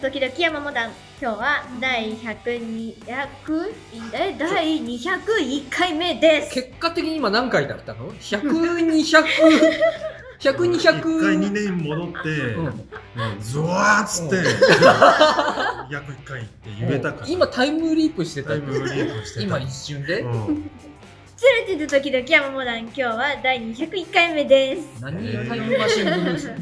時々山モダン。今日は第201回目です。 結果的に今何回だったの ?100、200、100、200。 一回2年戻って、ズワーっつって、約1回って言えたから。 今タイムリープしてた。 タイムリープしてた。 今一瞬で。 ズレてる時々山モダン。今日は第201回目です。 何タイムマシンブルース。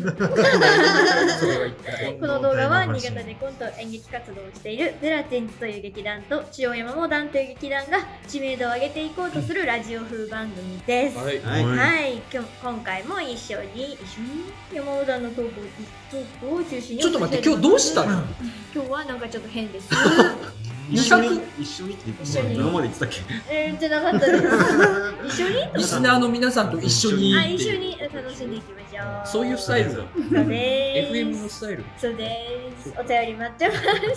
この動画は新潟でコント演劇活動をしているゼラチンズという劇団と千代山モダンという劇団が知名度を上げていこうとするラジオ風番組です。はい、今回も一緒に山モダンのトークを中心に。 ちょっと待って、今日どうしたの？ 今日はなんかちょっと変です。 一緒にって今まで言ってたっけ？ 言ってなかったです。一緒に？ リスナーの皆さんと一緒に。 一緒に楽しんでいきましょう。 そういうスタイルだ。 そうです。 FM のスタイル。 そうです。お便り待ってます。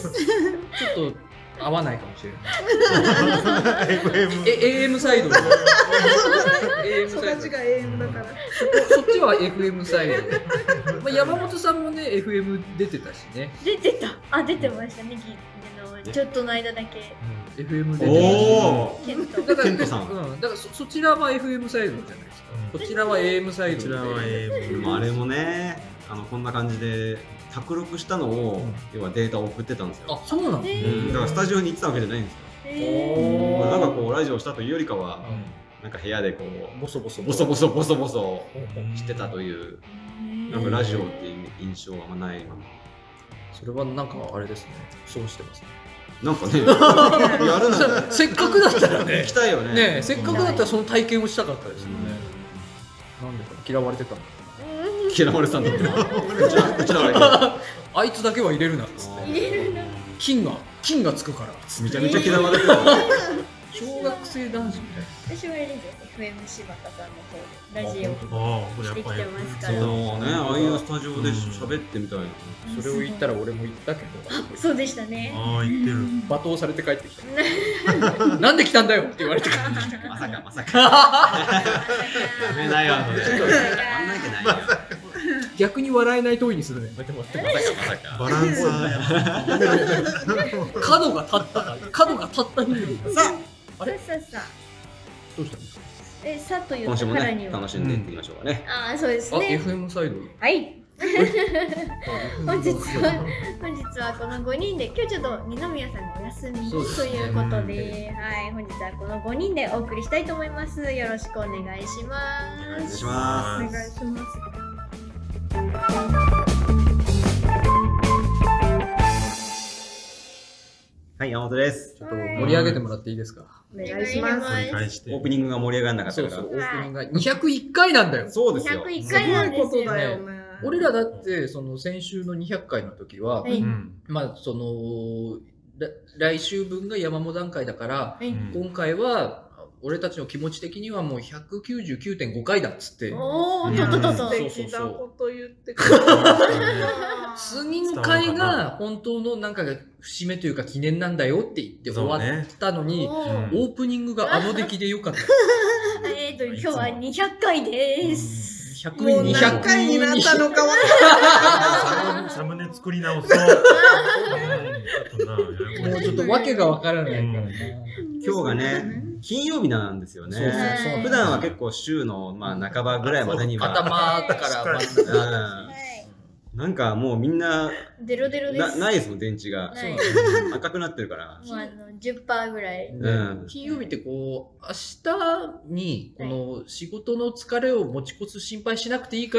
ちょっと合わないかもしれない。AM サイド。AM サイド。 育ちが AM だから。 そっちは FM サイド。まあ山本さんもね FM 出てたしね。 出てた。出てましたね。ちょっとの間だけ。 FM で。 ケントさん。 だからそちらは FM サイドじゃないですか。こちらは AM サイド。 こちらは AM。あれもね、こんな感じで卓録したのを要はデータを送ってたんですよ。 そうなの？ だからスタジオに行ってたわけじゃないんですよ。なんかこうラジオしたというよりかは、なんか部屋でこうボソボソしてたという、なんかラジオっていう印象がないまま。 それはなんかあれですね。そうしてますね。 なんかね、やるならせっかくだったらね、 行きたいよね。 ね、せっかくだったらその体験をしたかったですよね。なんでか嫌われてたの？ 嫌われてたんだって。うちらあいつだけは入れるなっつって。金がつくから。 めちゃめちゃ嫌われてた。 小学生男子みたいな。 私はあれです。FM 柴田さんの方でラジオしてきてますから。 そうね、ああいうスタジオで喋ってみたいな。 それを言ったら俺も言ったけど。 そうでしたね。 言ってる。 罵倒されて帰ってきた。なんで来たんだよって言われて帰ってきた。 まさか。やめなよ。あんなわけないよ。 逆に笑えない通りにするね。まさか。 バランサーや。 角が立った風に。 あれさどうしたんですか？ さという今週もからね楽しんでいってみましょうかね。 そうですね。 FM サイド。 はい。本日はこの5人で、今日ちょっと二宮さんがお休みということで、本日はこの5人でお送りしたいと思います。よろしくお願いします。 お願いします。 お願いします。 はい、山本です。 ちょっと盛り上げてもらっていいですか？ お願いします。 オープニングが盛り上がらなかったから。 そう、オープニングが201回なんだよ。 そうですよ。 201回なんですよね。 俺らだってその先週の200回の時は、まあその来週分が山本段階だから、今回は俺たちの気持ち的にはもう 199.5 回だっつって。 素敵なこと言ってくれた。 次の回が本当のなんか節目というか記念なんだよって言って終わったのに、オープニングが出来でよかった。 今日は200回です。 もう何回になったのかわからない。サムネ作り直そう。 もうちょっとわけがわからないからね。 今日がね、金曜日なんですよね。普段は結構週の半ばぐらいまでには。 頭からなんかもうみんなデロデロです。 ないですもん、電池が。赤くなってるから。 10% ぐらい。 金曜日ってこう、明日にこの仕事の疲れを持ち越す心配しなくていいから、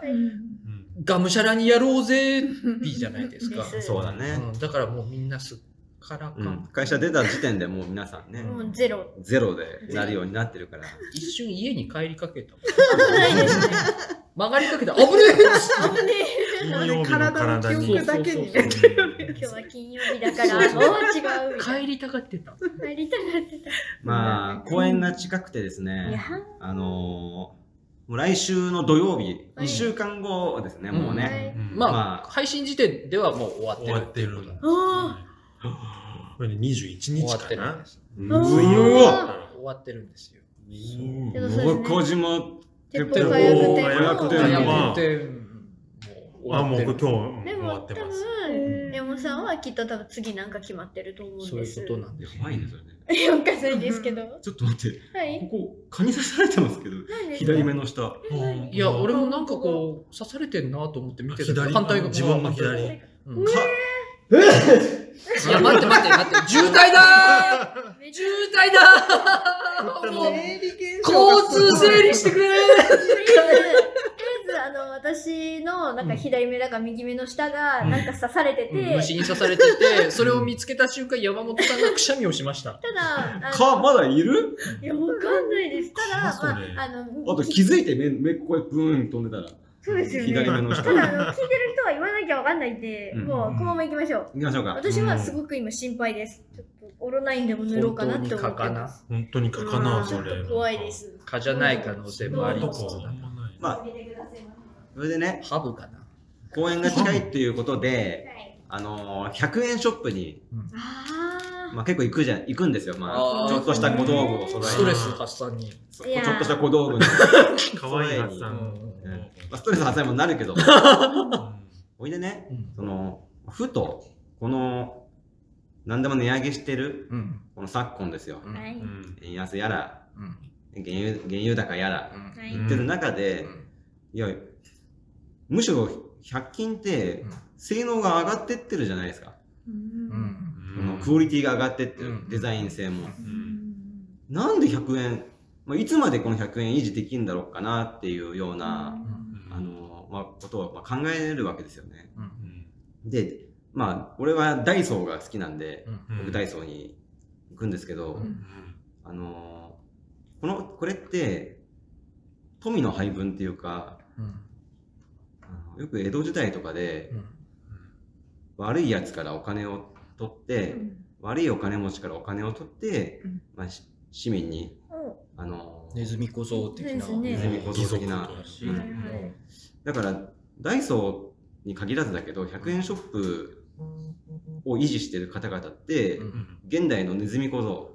がむしゃらにやろうぜ日じゃないですか。 そうだね。 だからもうみんなすっからか。 会社出た時点でもう皆さんね、 もうゼロでなるようになってるから。 一瞬家に帰りかけた。 危ないですね。 曲がりかけた。危ねえ。体の記憶だけに。 今日は金曜日だから、違う。 帰りたがってた。 まあ公演が近くてですね。もう来週の土曜日、1週間後ですね、もうね。 まあ配信時点ではもう終わってる。 これ21日かな。 終わってるんですよ。 小島鉄砲火薬店も終もう今日で終もわってます。 多分山本さんはきっと多分次なんか決まってると思うんです。 そういうことなんです。 やばいね、それね。 おかしいですけど。 ちょっと待って。 はい。 ここ、蚊に刺されてますけど、左目の下。 いや、俺もなんかこう、刺されてんなと思って見てた。 左、 反対側。 自分の左。 いや、待って待って待って、渋滞だー渋滞だーもう交通整理してくれ私のなんか左目だか右目の下がなんか刺されてて、 虫に刺されてて、それを見つけた瞬間、山本さんがくしゃみをしました。 ただ、 蚊まだいる？ いや、わかんないです。ただ、 あと気づいて目ここへブーン飛んでたら。 そうですよね。 左目の下。 ただ、聞いてる人は言わなきゃわかんないんで、もうこのまま行きましょう。 行きましょうか。 私はすごく今心配です。ちょっとオロナインでも塗ろうかなって思ってます。 本当に蚊かな、それ。 ちょっと怖いです。 蚊じゃない可能性もあります。 まあ、それでね、 ハブかな。 公園が近いっていうことで、100円ショップに、まあ結構行くんですよ。まあ、ちょっとした小道具を素材に。 ストレス発散に。 ちょっとした小道具に。 かわいい発散。 ストレス発散にもなるけど。おいでね、ふと、この、何でも値上げしてる、この昨今ですよ。円安やら、原油高やら、言ってる中で、いや、むしろ100均って性能が上がってってるじゃないですか。クオリティが上がってってる、デザイン性も。なんで100円、いつまでこの100円維持できるんだろうかなっていうような、ことを考えるわけですよね。で、まあ、俺はダイソーが好きなんで、僕ダイソーに行くんですけど、これって、富の配分っていうか、よく江戸時代とかで、悪いやつからお金を取って、悪いお金持ちからお金を取って、まあ、市民に、 ネズミ小僧的な。 ネズミ小僧的な。だから、ダイソーに限らずだけど、100円ショップを維持してる方々って、現代のネズミ小僧。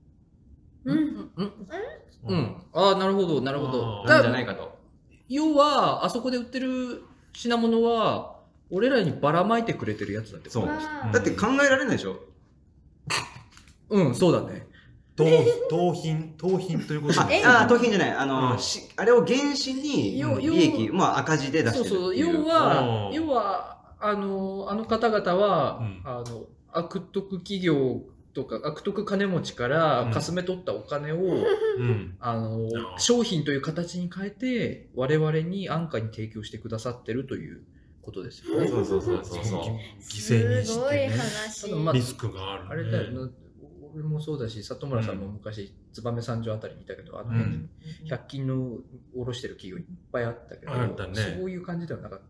ああ、なるほど、なるほど。 なんじゃないかと。 要は、あそこで売ってる品物は、俺らにばらまいてくれてるやつだって。 そう。だって考えられないでしょ。 そうだね。 盗品ということで。盗品じゃない。あれを原資に利益、まあ赤字で出してる。 そうそう。要は、あの方々は、悪徳企業とか悪徳金持ちからかすめ取ったお金を、商品という形に変えて我々に安価に提供してくださってるということですよね。 そう。 犠牲にしてね。リスクがある。 あれだよな。俺もそうだし、里村さんも昔、燕三条あたりにいたけど、100均の卸してる企業いっぱいあったけど、そういう感じではなかった。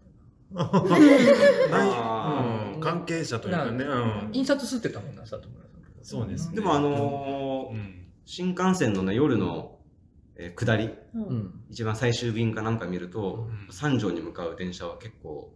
関係者というかね。 印刷吸ってたもんな、里村さん。 そうです。 でも新幹線のね、夜の下り、一番最終便かなんか見ると、三条に向かう電車は結構、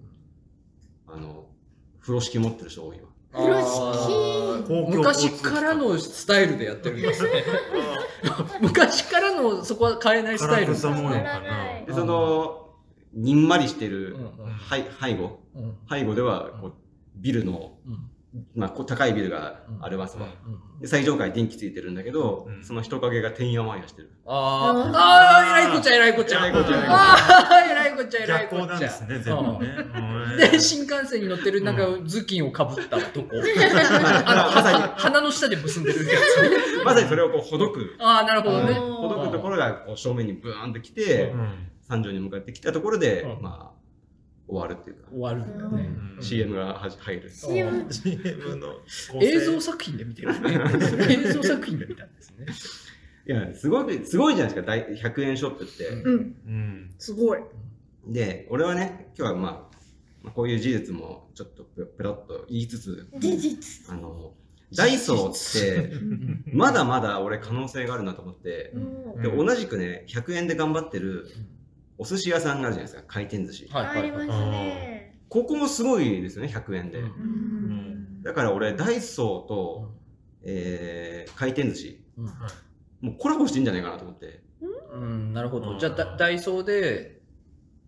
風呂敷持ってる人多いわ。 風呂敷昔からのスタイルでやってるんですね。昔からのそこは変えないスタイルですね。 で、にんまりしてる背後ではビルの、まあ、高いビルがありますわ。最上階電気ついてるんだけど、その人影がてんやまんやしてる。 えらいこっちゃ、えらいこっちゃ。えらいこっちゃ、えらいこっちゃ。で、新幹線に乗ってるなんか頭巾をかぶった男。鼻の下で結んでるやつ。まさにそれをこうほどく。 なるほどね。 ほどくところが正面にブーンと来て、三条に向かってきたところで、まあ、終わるっていうか。 終わるんだね。 CM が入る。 CM の映像作品で見てるね。映像作品で見たんですね。 いや、すごいじゃないですか、100円ショップって。 すごい。 で、俺はね、今日はまあ、こういう事実もちょっとペロッと言いつつ、ダイソーって、まだまだ俺可能性があるなと思って、で、同じくね、100円で頑張ってる、お寿司屋さんがあるじゃないですか、回転寿司。 ありますね。 ここもすごいですよね、100円で。だから俺、ダイソーと、回転寿司、もうコラボしていいんじゃないかなと思って。 なるほど。じゃあ、ダイソーで、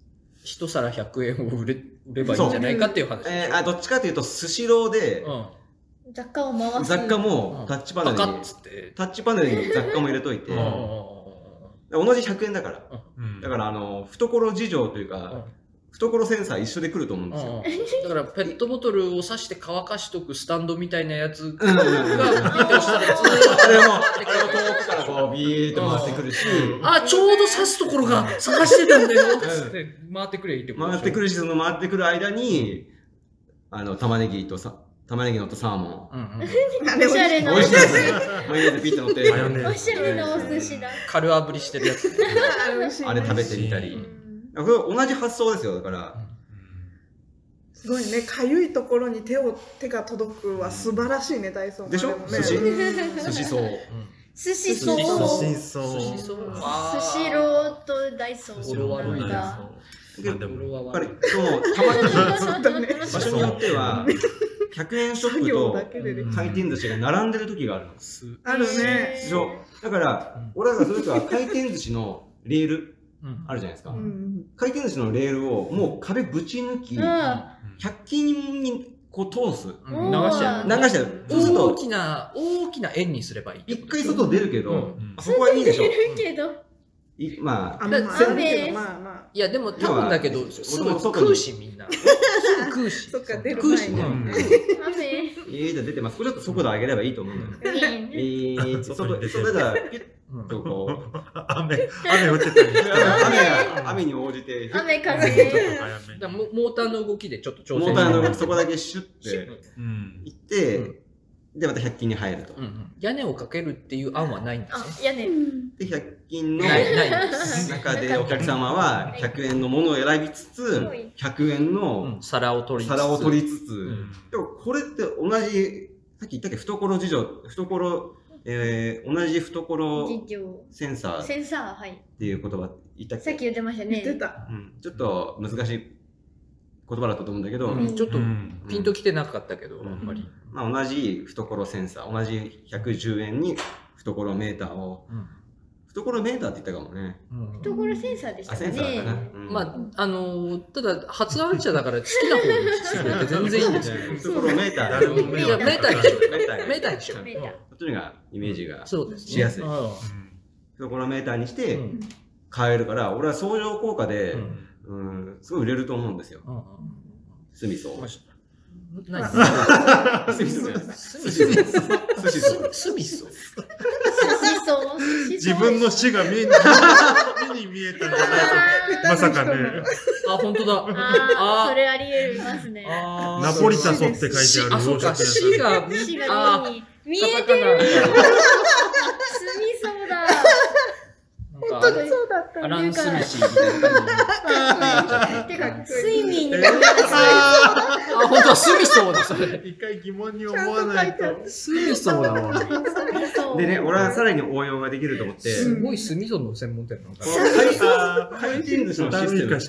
一皿100円を売ればいいんじゃないかっていう話。 どっちかというとスシローで、 雑貨を回す。 雑貨もタッチパネルに雑貨も入れといて、同じ100円だから。だから懐事情というか、懐センサー一緒で来ると思うんですよ。 だからペットボトルを刺して乾かしとくスタンドみたいなやつが、ピッて押したらずーっと遠くからこうビーッと回ってくるし、 ちょうど刺すところが探してたんだよって回ってくれいいってこと。 回ってくるし、その回ってくる間に、玉ねぎのサーモン。 おしゃれなお寿司。 マヨネーズピッと乗って、 おしゃれなお寿司だ。 軽炙りしてるやつ。 あれ食べてみたり。これ同じ発想ですよ、だから。 すごいね、かゆいところに手が届くは素晴らしいね、ダイソー。 でしょ？寿司ソー。 寿司ソー。寿司ローとダイソー。 語呂悪いな。 やっぱり、たまに場所によっては、100円ショップと回転寿司が並んでる時があるの。 あるね。 だから、俺らがそれか回転寿司のレールあるじゃないですか。回転寿司のレールをもう壁ぶち抜き、100均にこう通す。 流しちゃう。 流しちゃう。そうすると大きな円にすればいい。 一回外出るけど、そこはいいでしょ。 まあ、 いやでも多分だけど、すぐ食うしみんな。食うし。 そっか、出る前に。 じゃ出てます。これちょっと速度上げればいいと思うんだよね。外出たら、ピュッとこう。 雨降ってたり。 雨に応じて。 雨風。 モーターの動きでちょっと調整。 モーターの動き、そこだけシュッて行って、で、また100均に入ると。 屋根をかけるっていう案はないんですよ。屋根。 で、100均の中でお客様は100円のものを選びつつ、100円の皿を取りつつ。 でもこれって同じ、さっき言ったっけ、同じ懐センサーっていう言葉言ったっけ。 さっき言ってましたね。 言ってた。 ちょっと難しい言葉だったと思うんだけど、 ちょっとピンときてなかったけど、あんまり。 まあ同じ懐センサー、同じ110円に懐メーターを、懐メーターって言ったかもね。 懐センサーでしたね。 センサーかな。 まあ、ただ、発案者だから好きな方にしてくれて全然いいんですよ。 懐メーター。 いや、メーターにしよう。メーターにしよう。 そっちがイメージがしやすい。懐メーターにして買えるから、俺は相乗効果で、すごい売れると思うんですよ。スミソー。 何スミソー。 自分の死が目に見えたんじゃないと。まさかね。 本当だ。 それあり得ますね。 ナポリタソって書いてある。 そうか、死が見えてる。スミソーだ。 本当にそうだった。 アラン・スミシーみたいな感じ。 てか、睡眠になります。 本当はスミソーだ、それ。 一回疑問に思わないと。 スミソーだわ。 でね、俺はさらに応用ができると思って。 すごいスミソーの専門店なのかな。回転寿司のシステムって、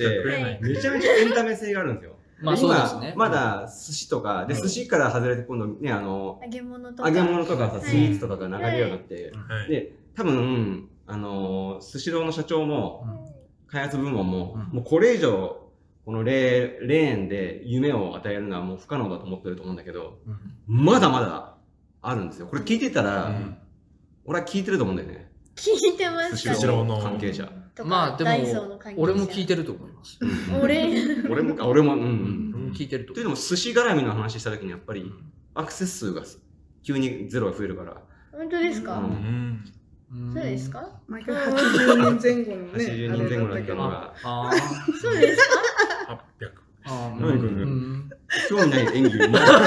めちゃめちゃエンタメ性があるんですよ。 まあそうですね。 まだ寿司とか、で、寿司から外れて今度ね、 揚げ物とかさ、スイーツとかが流れるようになって、で、多分、スシローの社長も、開発部門も、もうこれ以上、このレーンで夢を与えるのはもう不可能だと思ってると思うんだけど、まだまだあるんですよ。これ聞いてたら、俺は聞いてると思うんだよね。 聞いてますか？スシローの関係者。 まあでも、俺も聞いてると思います。 俺も、 聞いてると。 というのも、寿司絡みの話したときにやっぱり、アクセス数が急にゼロが増えるから。 本当ですか？そうですか毎回80人前後のね。 80人前後だったのが。 そうですか ？800。 何これ興味ない演技。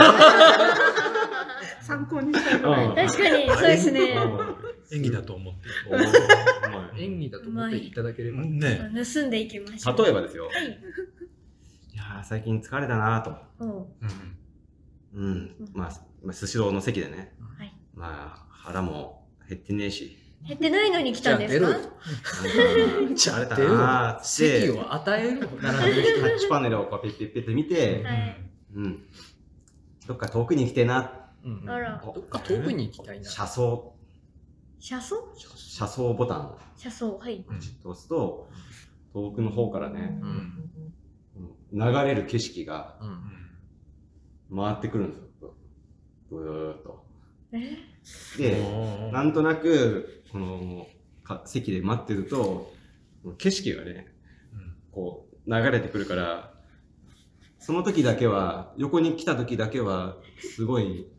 参考にしたい。確かに、そうですね。 演技だと思って。 演技だと思っていただければ。 ね。 盗んでいきましょう。 例えばですよ。いや最近疲れたなと。まあ、スシローの席でね。まあ、腹も減ってねえし。 減ってないのに来たんですか？ じゃあ出ろ。席を与える。 タッチパネルをこうペッペッペッって見て、どっか遠くに行きてえな。 どっか遠くに行きたいな。 車窓ボタン。 車窓、はい。 押すと、 遠くの方からね、流れる景色が回ってくるんですよ。ブーっと。で、なんとなくこの席で待ってると景色がね、こう流れてくるから、その時だけは、横に来た時だけはすごい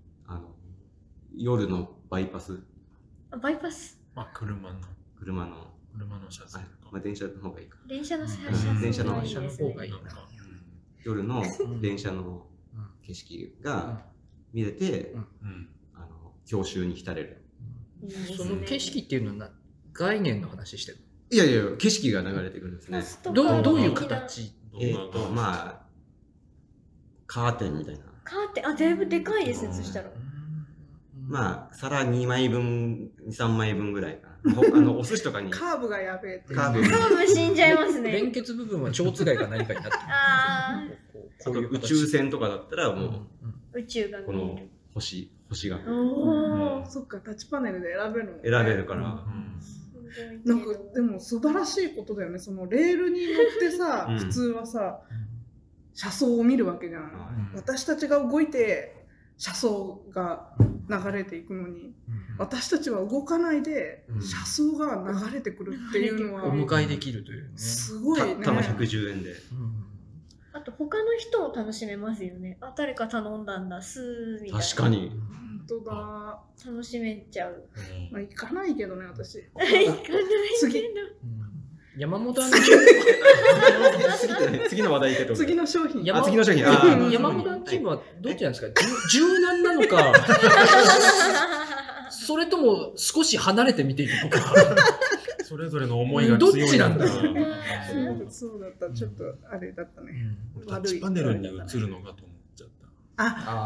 夜のバイパス。 バイパス。 車の車線。 電車の方がいいか。 電車の方がいいな。 夜の電車の景色が見れて、郷愁に浸れる。 その景色っていうのは概念の話してる？ いやいや、景色が流れてくるんですね。 どういう形？ まあカーテンみたいな。 カーテン、だいぶでかいですね、そしたら。 まあ皿2枚分、3枚分ぐらいかな。お寿司とかに。 カーブがやべえって。 カーブ死んじゃいますね。 連結部分は蝶つがいか何かになってる。 こういう宇宙船とかだったらもう、 宇宙がこの星が。 そっか、タッチパネルで選べるの。 選べるから。 なんかでも素晴らしいことだよね。そのレールに乗ってさ、普通はさ、車窓を見るわけじゃん。私たちが動いて車窓が流れていくのに、私たちは動かないで車窓が流れてくるっていうのはお迎えできるというね。 すごいね。 たったの110円で。 あと他の人を楽しめますよね。誰か頼んだんだすみたいな。 確かに。 本当だ。 楽しめちゃう。 まあ行かないけどね、私。 行かないけど。 山本次の話題で次の商品。 次の商品。 山本チームはどっちなんですか？柔軟なのか、それとも少し離れて見ているのか。 それぞれの思いが強い。 どっちなんだろう。 そうだった。ちょっとあれだったね。 タッチパネルに映るのかと思っちゃった。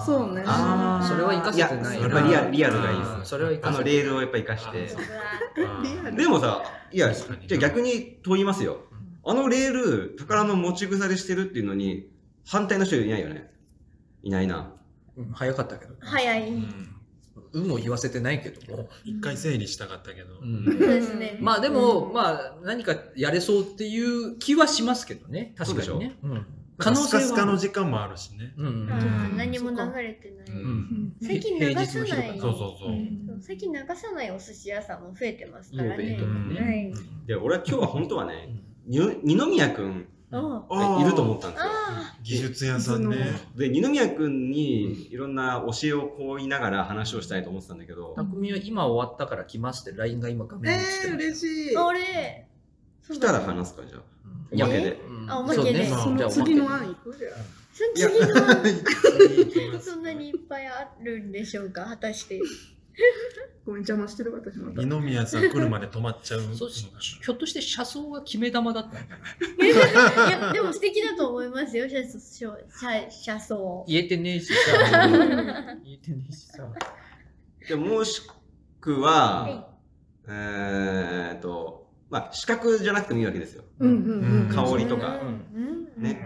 そうね。 それは生かせてない。 やっぱりリアルがいいです。 それはレールをやっぱ生かして。でもさ、いや、じゃあ逆に問いますよ。レール、宝の持ち腐れしてるっていうのに、反対の人いないよね。いないな。 早かったけど。 早い。 も言わせてないけども。 一回整理したかったけど。 そうですね。 まあでも、何かやれそうっていう気はしますけどね。確かにね。 可能性はスカスカの時間もあるしね。 何も流れてない。最近流さない。最近流さないお寿司屋さんも増えてますからね。 で、俺は今日は本当はね、二宮くんいると思ったんですよ。 技術屋さんね。 で、二宮くんにいろんな教えをこう言いながら話をしたいと思ってたんだけど。 匠は今終わったから来ますって LINE が今画面に映ってる。 嬉しい。 来たら話すか、じゃあ。おまけで。 おまけで。 その次の案いく？じゃあ。 次の案そんなにいっぱいあるんでしょうか、果たして。 ごめん、邪魔してる私また。 二宮さん来るまで止まっちゃう。 ひょっとして車窓が決め玉だったのかな。いや、でも素敵だと思いますよ、車窓。 言えてねえしさ。言えてねえしさ。 でもしくは、視覚じゃなくてもいいわけですよ。香りとか。ね。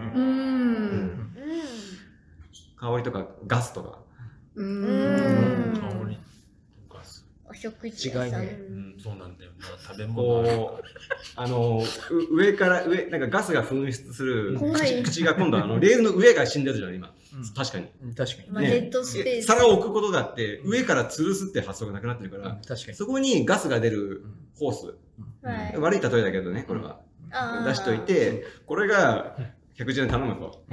香りとかガスとか。 香りとガス。 お食事屋さん。 そうなんだよな。食べ物。 上からなんかガスが噴出する口が今度レールの上が死んでるじゃん今。確かに。 確かに。 デッドスペース。 皿を置くことだって上から吊るすって発想がなくなってるから。 確かに。 そこにガスが出るホース。悪い例えだけどねこれは。出しといてこれが110円頼むと。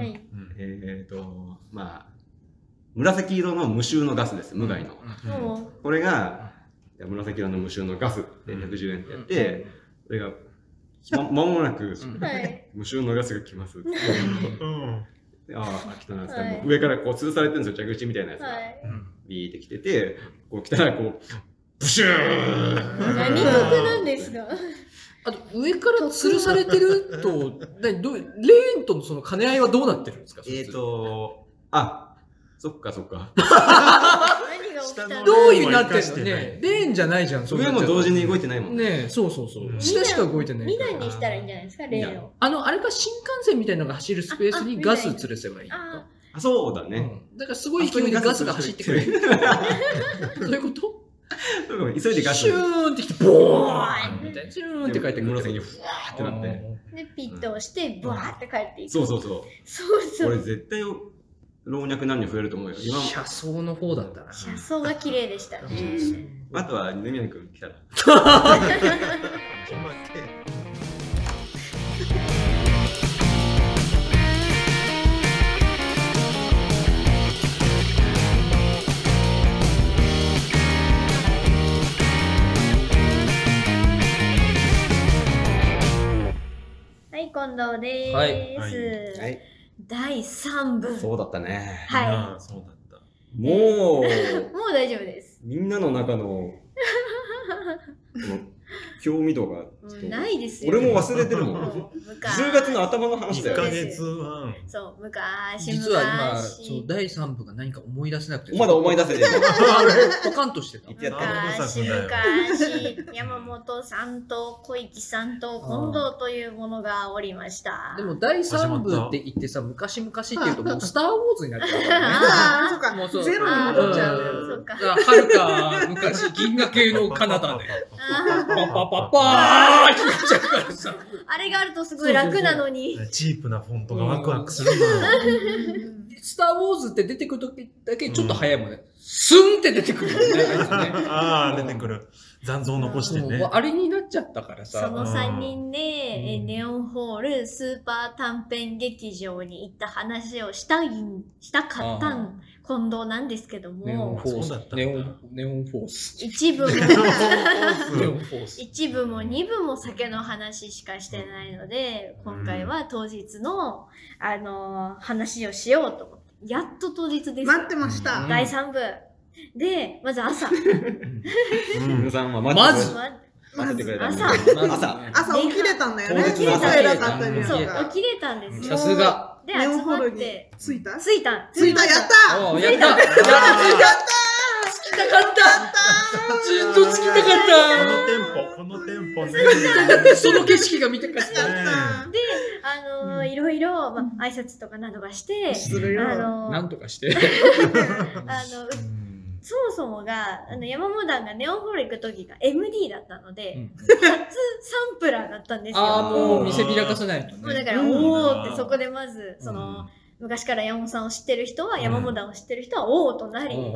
紫色の無臭のガスです、無害の。これが紫色の無臭のガスって110円ってやって、それが間もなく無臭のガスが来ますって。来たなって、上からこう吊るされてるんですよ、蛇口みたいなやつが。ビーって来てて、こう来たらこう、ブシュー何得なんですか？ あと上から吊るされてると、レーンとのその兼ね合いはどうなってるんですか？ そっか。 何が起きたの？ どういうなってんのね？レーンじゃないじゃん。 上も同時に動いてないもんね。そう。下しか動いてない。 2段にしたらいいんじゃないですか、レーンを。 あれか新幹線みたいなのが走るスペースにガス吊るせばいい。 そうだね。 だからすごい勢いでガスが走ってくる。どういうこと？ 急いでガス。 シューンってきてボーンみたいチューンって帰ってくる。 紫にふわーってなって。 で、ピッと押して、ブワーって帰っていく。 そう。 そうそう。 俺絶対老若男女増えると思うよ。今車窓の方だったな。 車窓が綺麗でしたね。 あとは二宮君来たら。 はい、近藤です。 はい。 第3部。 そうだったね。 はそうだった。 もう大丈夫です。 みんなの中の興味度がないですよ。 俺も忘れてるもん。10月の頭の話だよ。 1ヶ月半。 そう、昔。 実は今、第3部が何か思い出せなくて。 まだ思い出せてる。 ポカンとしてた。 昔、山本さんと小池さんと近藤というものがおりました。 でも第3部って言ってさ、昔々って言うともうスターウォーズになっちゃうからね。 ああ、そうか。ゼロに戻っちゃう。 そうか。 はるか昔、銀河系の彼方で。パパパパーってなっちゃうからさ。 あれがあるとすごい楽なのに。 チープなフォントがワクワクするな。 スターウォーズって出てくるときだけちょっと早いもんね。スンって出てくるもんね、 ああ、出てくる。残像残してね。 あれになっちゃったからさ。 その3人で、ネオンホールスーパー短編劇場に行った話をしたかったん近藤なんですけども、 ネオンフォース。 一部も2部も酒の話しかしてないので、今回は当日の、話をしようと思って。やっと当日です。 待ってました。 第3部。で、まず朝。 皆さんは待ってくれた。 朝起きれたんだよね。 起きれたんですよ。 さすが。 で、集まって着いた。 やった。 好きたかったずっと好きたかったこのテンポね。 その景色が見たかった。 で、いろいろ挨拶とかなどがして、 なんとかして。 そもそもが山モダンがネオンホール行く時が MD だったので、初サンプラーだったんですよ。 ああ、もう見せびらかさないと。 もうだから、おーってそこでまず、昔から山本さんを知ってる人は、山モダンを知ってる人は、おーとなり。で、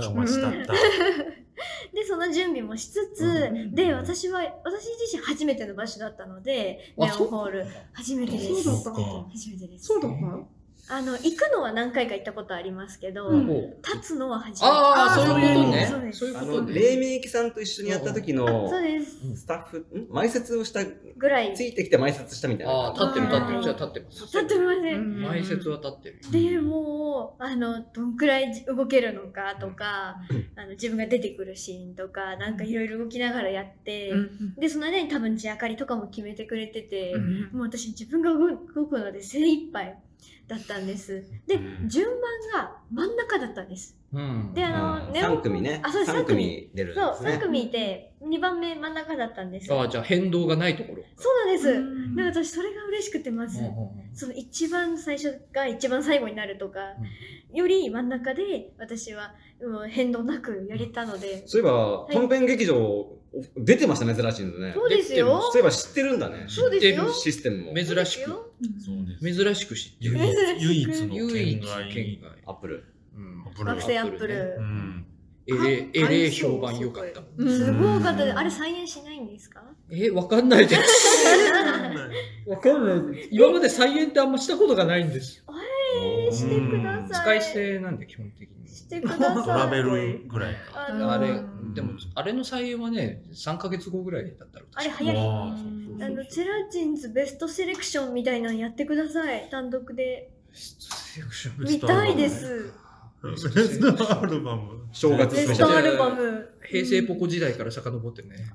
その準備もしつつ、で、私自身初めての場所だったので、ネオンホール、初めてです。 そうだった。 初めてです。 そうだった。 行くのは何回か行ったことありますけど、立つのは初めて。 ああ、そういうことね。 そういうことね。黎明期さんと一緒にやった時のスタッフ、埋設をしたぐらい、ついてきて埋設したみたいな。 ああ、立ってる。じゃあ立ってます。 立ってません。 埋設は立ってる。 で、もう、どんくらい動けるのかとか、自分が出てくるシーンとか、なんかいろいろ動きながらやって、で、その間に多分地明かりとかも決めてくれてて、もう私自分が動くので精一杯。だったんです。で、順番が真ん中だったんです。で、 3組ね。3組出るんですね。 そう、3組いて、2番目真ん中だったんです。 ああ、じゃあ変動がないところ。 そうなんです。で、私それが嬉しくて、まず、その一番最初が一番最後になるとか、より真ん中で私は変動なくやれたので。 そういえば、本編劇場出てましたね、ゼラチンズね。 そうですよ。 そういえば知ってるんだね。 そうですよ。 システムも。 珍しく。珍しく知ってる。 唯一の県外。 アップル。 学生アップル。 評判良かった。 すごかった。あれ再演しないんですか？ わかんないです。わかんない。今まで再演ってあんましたことがないんです。 してください。使い捨てなんで基本的に。 してください。 トラベルぐらいか。 でもあれの再演はね、3ヶ月後ぐらいだったら。 あれ早い。ゼラチンズベストセレクションみたいなのやってください。単独で。見たいです。 ベストアルバム。 正月スペシャル。 ベストアルバム。 平成ポコ時代から遡ってね。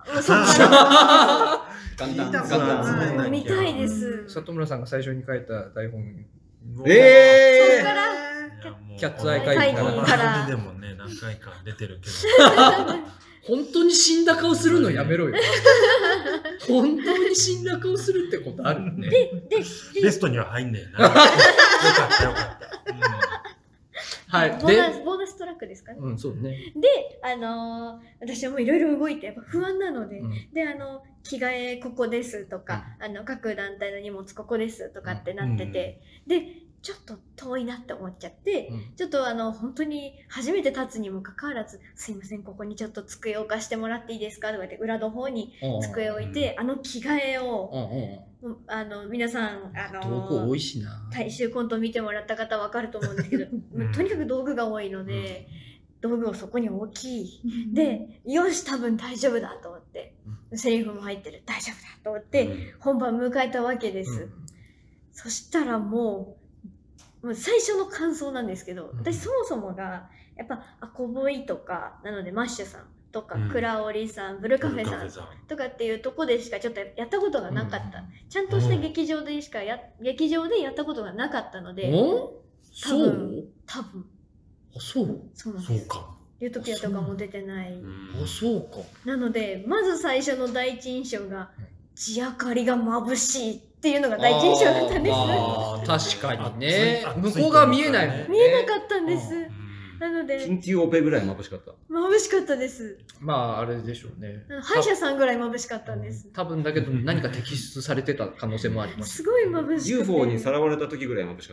見たいです。 里村さんが最初に書いた台本。 それからキャッツアイ会議から。でもね、何回か出てるけど。 本当に死んだ顔するのやめろよ。本当に死んだ顔するってことあるね。 ベストには入んねえな。よかった。 はい。 ボーナストラックですかね。 そうね。 で、私はもういろいろ動いて、やっぱ不安なので、で、着替えここですとか、各団体の荷物ここですとかってなってて、で、ちょっと遠いなって思っちゃって、ちょっと本当に初めて立つにもかかわらず、すいません、ここにちょっと机を置かしてもらっていいですかとか言って、裏の方に机を置いて、着替えを、皆さん、 道具多いしな。 大衆コント見てもらった方はわかると思うんですけど、とにかく道具が多いので、道具をそこに置き、で、よし、多分大丈夫だと思って、セリフも入ってる、大丈夫だと思って、本番迎えたわけです。そしたらもう最初の感想なんですけど、私そもそもが、やっぱ、アコボイとか、なのでマッシュさんとか、クラオリさん、ブルカフェさんとかっていうとこでしかちょっとやったことがなかった。ちゃんとした劇場で劇場でやったことがなかったので、多分。 そうなんです。 そうか。 ユートピアとかも出てない。 そうか。 なので、まず最初の第一印象が、地明かりが眩しいっていうのが第一印象だったんです。 確かにね。向こうが見えないもんね。 見えなかったんです。なので、 キンティオペぐらい眩しかった。 眩しかったです。 まあ、あれでしょうね。 歯医者さんぐらい眩しかったんです。 多分だけど、何か摘出されてた可能性もあります。 すごい眩しかった。 UFO にさらわれた時ぐらい眩しかった。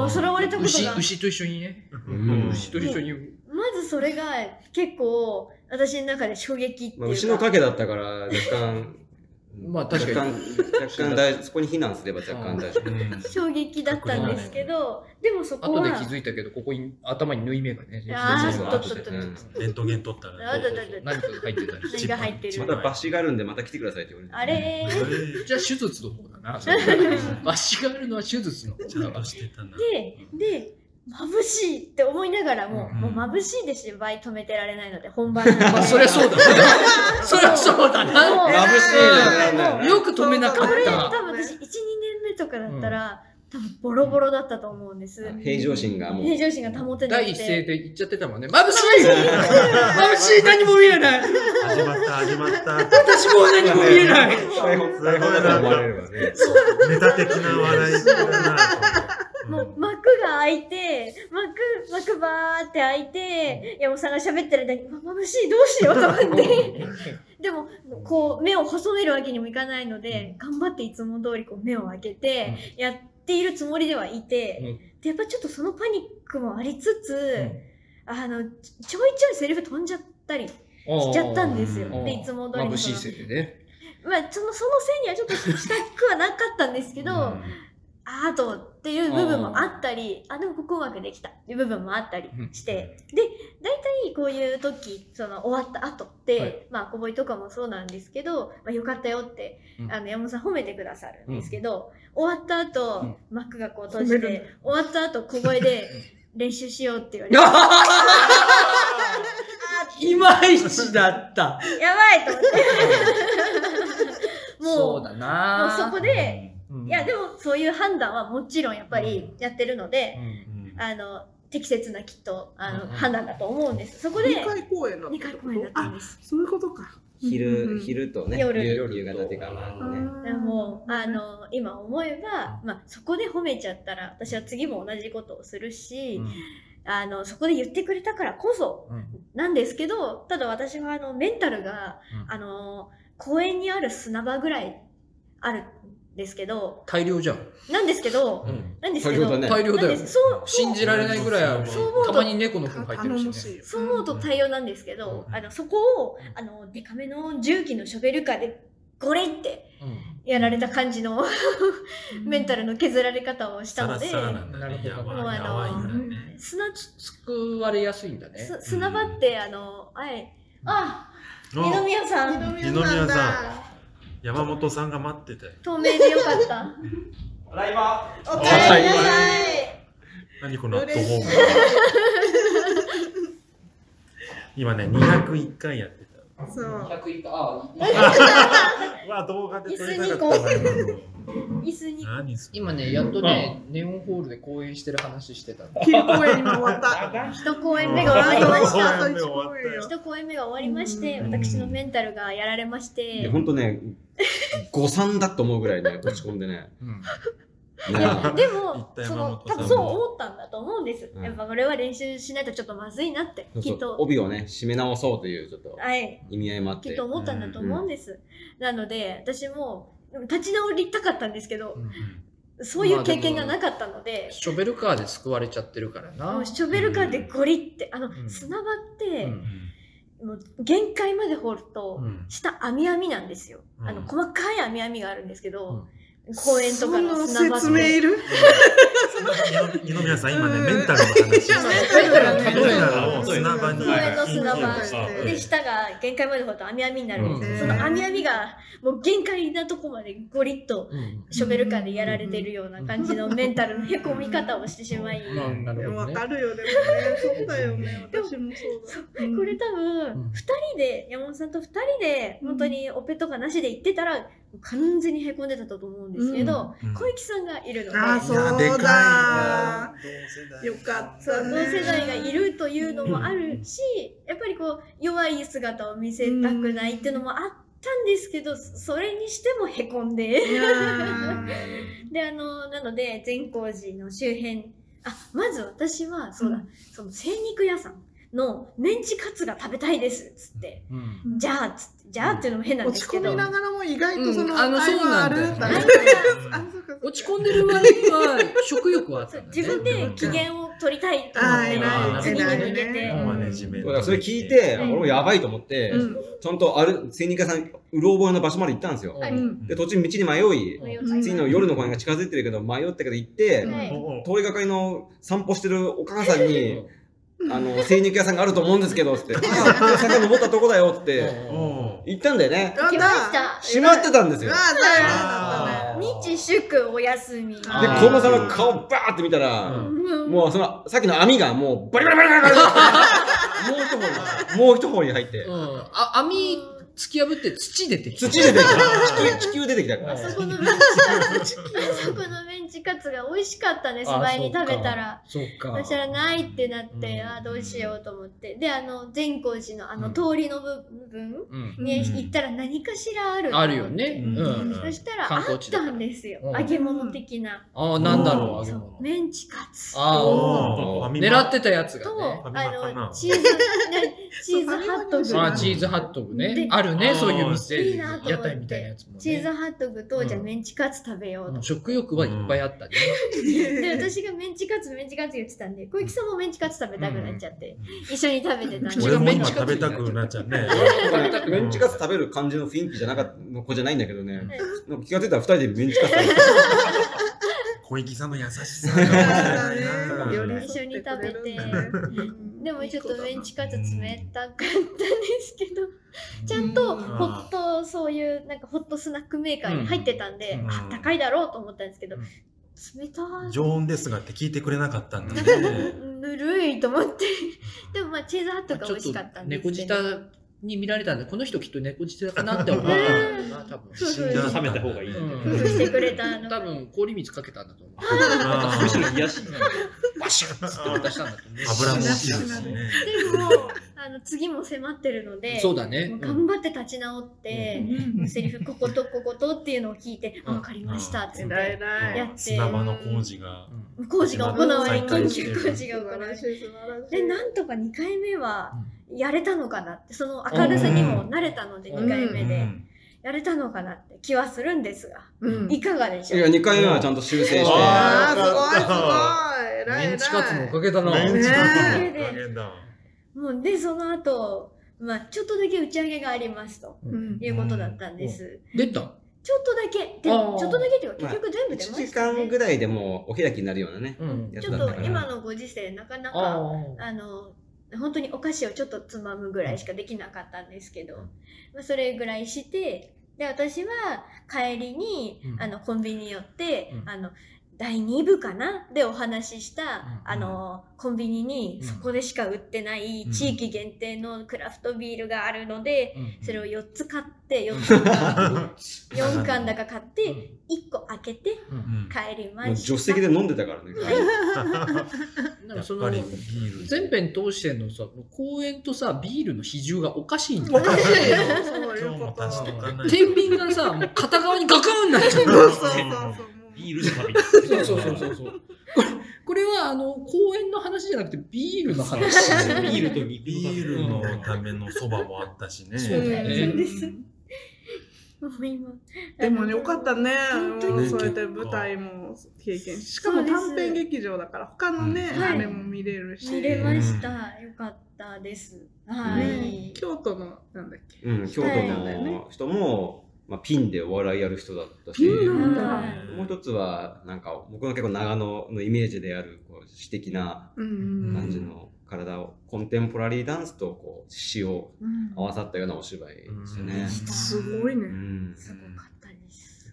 さらわれたことが。 牛と一緒にね。牛と一緒に。 まずそれが結構、私の中で衝撃っていうか。 牛の影だったから、若干、 まあ確かに若干そこに避難すれば若干大丈夫。 衝撃だったんですけど、でもそこは後で気づいたけど、ここに頭に縫い目がね、 レントゲン取ったら何か入ってたり何が入ってる。 また抜歯があるんでまた来てくださいって言われて。 あれじゃあ手術の方だな。抜歯があるのは手術の方。 で眩しいって思いながらも、もう眩しいで芝居止めてられないので、本番なんで。 そりゃそうだね。そりゃそうだな。 眩しいね。 よく止めなかった。 これ多分私1、2年目とかだったら、多分ボロボロだったと思うんです。 平常心がもう。 平常心が保てなくて。 第一声で言っちゃってたもんね。眩しい眩しい何も見えない。 始まった私も何も見えない。 台本だと思われればね。 ネタ的な笑いだな。 もう幕が開いて、幕バーって開いて、山本さんが喋ってる間に、眩しい、どうしようと思って。でも、こう、目を細めるわけにもいかないので、頑張っていつも通りこう目を開けて、やっているつもりではいて、で、やっぱちょっとそのパニックもありつつ、ちょいちょいセリフ飛んじゃったりしちゃったんですよ。で、いつも通りの。 眩しいせいでね。 まあ、そのせいにはちょっとしたくはなかったんですけど、アートっていう部分もあったり、でもここうまくできたっていう部分もあったりして、で、大体こういう時、終わった後って、まあ、小ボイとかもそうなんですけど、まあ、よかったよって、山本さん褒めてくださるんですけど、終わった後、幕がこう閉じて、終わった後小声で練習しようって言われて。 いまいちだった。 やばいと思って。 そうだな。 もうそこで、いやでもそういう判断はもちろんやっぱりやってるので、適切なきっと判断だと思うんです。そこで 2回公演だったんです。 そういうことか。 昼とね、夕方っていうかでも今思えば、まあそこで褒めちゃったら私は次も同じことをするし、そこで言ってくれたからこそなんですけど、ただ私はメンタルが公園にある砂場ぐらいある。ですけど大量じゃん。 なんですけど、 大量だよ。信じられないぐらいはたまに猫の糞入ってるしね。 そう思うと大量なんですけど、そこをデカめの重機のショベルカーでゴリってやられた感じのメンタルの削られ方をしたので、もう砂救われやすいんだね。 砂場って二宮さん。 山本さんが待ってたよ。 透明でよかった。 ただいま。 おかえりなさい。 何このアットホーム。今ね、201回やってた。 そう。 201回。 わ、動画で撮りたかったな。 椅子に。 今ね、やっとね、ネオンホールで公演してる話してた。 昼公演今終わった。 一公演目が終わりました。 一公演目が終わりまして、私のメンタルがやられまして。 本当ね、誤算だと思うぐらいね、落ち込んでね。 いやでも多分そう思ったんだと思うんです。やっぱこれは練習しないとちょっとまずいなってきっと帯をね締め直そうというちょっと意味合いもあってきっと思ったんだと思うんです。なので私も立ち直りたかったんですけど、そういう経験がなかったので、 ショベルカーで救われちゃってるからな。 もうショベルカーでゴリって砂場って、もう限界まで掘ると下網網なんですよ。細かい網網があるんですけど、公園とかの砂場で。 説明いる？ 二宮さん今ねメンタルの話。 砂場に。公園の砂場で下が限界まで掘ると網網になるんです。その網網がもう限界なとこまでゴリッとショベルカーでやられてるような感じのメンタルのへこみ方をしてしまい。 わかるよでもね、そうだよね。私もそうだ。 これ多分2人で山本さんと2人で本当にオペとかなしで行ってたら完全にへこんでたと思うんですけど、小池さんがいるので、 あ、そうだ。よかった。 同世代がいるというのもあるし、やっぱりこう弱い姿を見せたくないっていうのもあったんですけど、それにしてもへこんででなので善光寺の周辺、まず私はそうだ、その精肉屋さんのメンチカツが食べたいですっつって、じゃあっつって、じゃあっていうのも変なんですけど、 落ち込みながらも意外とそのそうなんだよね。落ち込んでる割には食欲はあったんだね。 自分で機嫌を取りたいと思って次に向けて、 それ聞いて俺もやばいと思ってちゃんと精肉屋さんうろ覚えの場所まで行ったんですよ。で途中道に迷い、次の夜の公園が近づいてるけど迷ったけど行って、通りがかりの散歩してるお母さんに精肉屋さんがあると思うんですけどって、坂登ったとこだよって言ったんだよね。 来ました。 閉まってたんですよ。 日祝お休み。で近藤さんの顔バーって見たら、もうさっきの網がもうバリバリバリバリバリもう一方に入って、 網突き破って土出てきた。 土出てきた。地球出てきたから。 そこのメンチカツが美味しかったんです。前に食べたら。そしたらないってなって、どうしようと思って。で、善光寺の通りの部分に行ったら何かしらある。 あるよね。 そしたらあったんですよ。揚げ物的な。 なんだろう、揚げ物。 メンチカツ。 狙ってたやつがね。 チーズハットグ。 チーズハットグね。あるね、そういう店。屋台みたいなやつもね。 チーズハットグと、じゃあメンチカツ食べようと。 食欲はいっぱいあったね。 で、私がメンチカツ言ってたんで、小池さんもメンチカツ食べたくなっちゃって、一緒に食べてたんで。 俺も今食べたくなっちゃうね。 メンチカツ食べる感じの雰囲気じゃなかったの子じゃないんだけどね。気がついたら2人でメンチカツ食べて小池さんの優しさ一緒に食べて、でもちょっとメンチカツ冷たかったんですけど、ちゃんとホット、そういうなんかホットスナックメーカーに入ってたんで、あったかいだろうと思ったんですけど、冷たい。 常温ですがって聞いてくれなかったんだね。 ぬるいと思って。でもチーズハットが美味しかったんですけど。 猫舌に見られたんで、この人きっと猫舌かなって思ったんだな、多分。 冷めた方がいい。 してくれたの。 多分氷水かけたんだと思う。むしろ癒し。 バシュッって渡したんだと思う。 油もいいですね。 でも次も迫ってるので、 そうだね。 頑張って立ち直って、セリフこことこことっていうのを聞いて、わかりましたってやって。 砂場の工事が行われ、緊急工事が行われ。で、なんとか2回目はやれたのかなって、その明るさにも慣れたので2回目で。やれたのかなって気はするんですが、いかがでしょう？ いや、2回目はちゃんと修正して。 すごいすごい。 メンチカツのおかげだな。 メンチカツのおかげだ。 もうで、その後、ちょっとだけ打ち上げがありますということだったんです。 出た？ ちょっとだけ。でも、ちょっとだけっていうか、結局全部出ましたね。 1時間ぐらいでもうお開きになるようなね。 ちょっと今のご時世、なかなか、本当にお菓子をちょっとつまむぐらいしかできなかったんですけど、それぐらいして、で、私は帰りに、コンビニ寄って、第2部かなでお話しした、コンビニにそこでしか売ってない地域限定のクラフトビールがあるので、それを4つ買って、4缶だか買って、1個開けて帰りました。 助手席で飲んでたからね。 その全編通してのさ、公園とさ、ビールの比重がおかしいんだよ。天秤がさ、もう片側にガクンなっちゃう。 ビールの旅。 そう。これは公園の話じゃなくてビールの話。 ビールと肉ビールのためのそばもあったしね。 そうだよね。 そうです。もう今でもよかったね。 本当にそうやって舞台も経験しかも短編劇場だから他のね、あれも見れるし。 見れました。よかったです。はい。 京都のなんだっけ。 京都の人もピンでお笑いやる人だったし、もう一つはなんか僕の結構長野のイメージである詩的な感じの体をコンテンポラリーダンスと詩を合わさったようなお芝居ですよね。 すごいね。 すごかったです。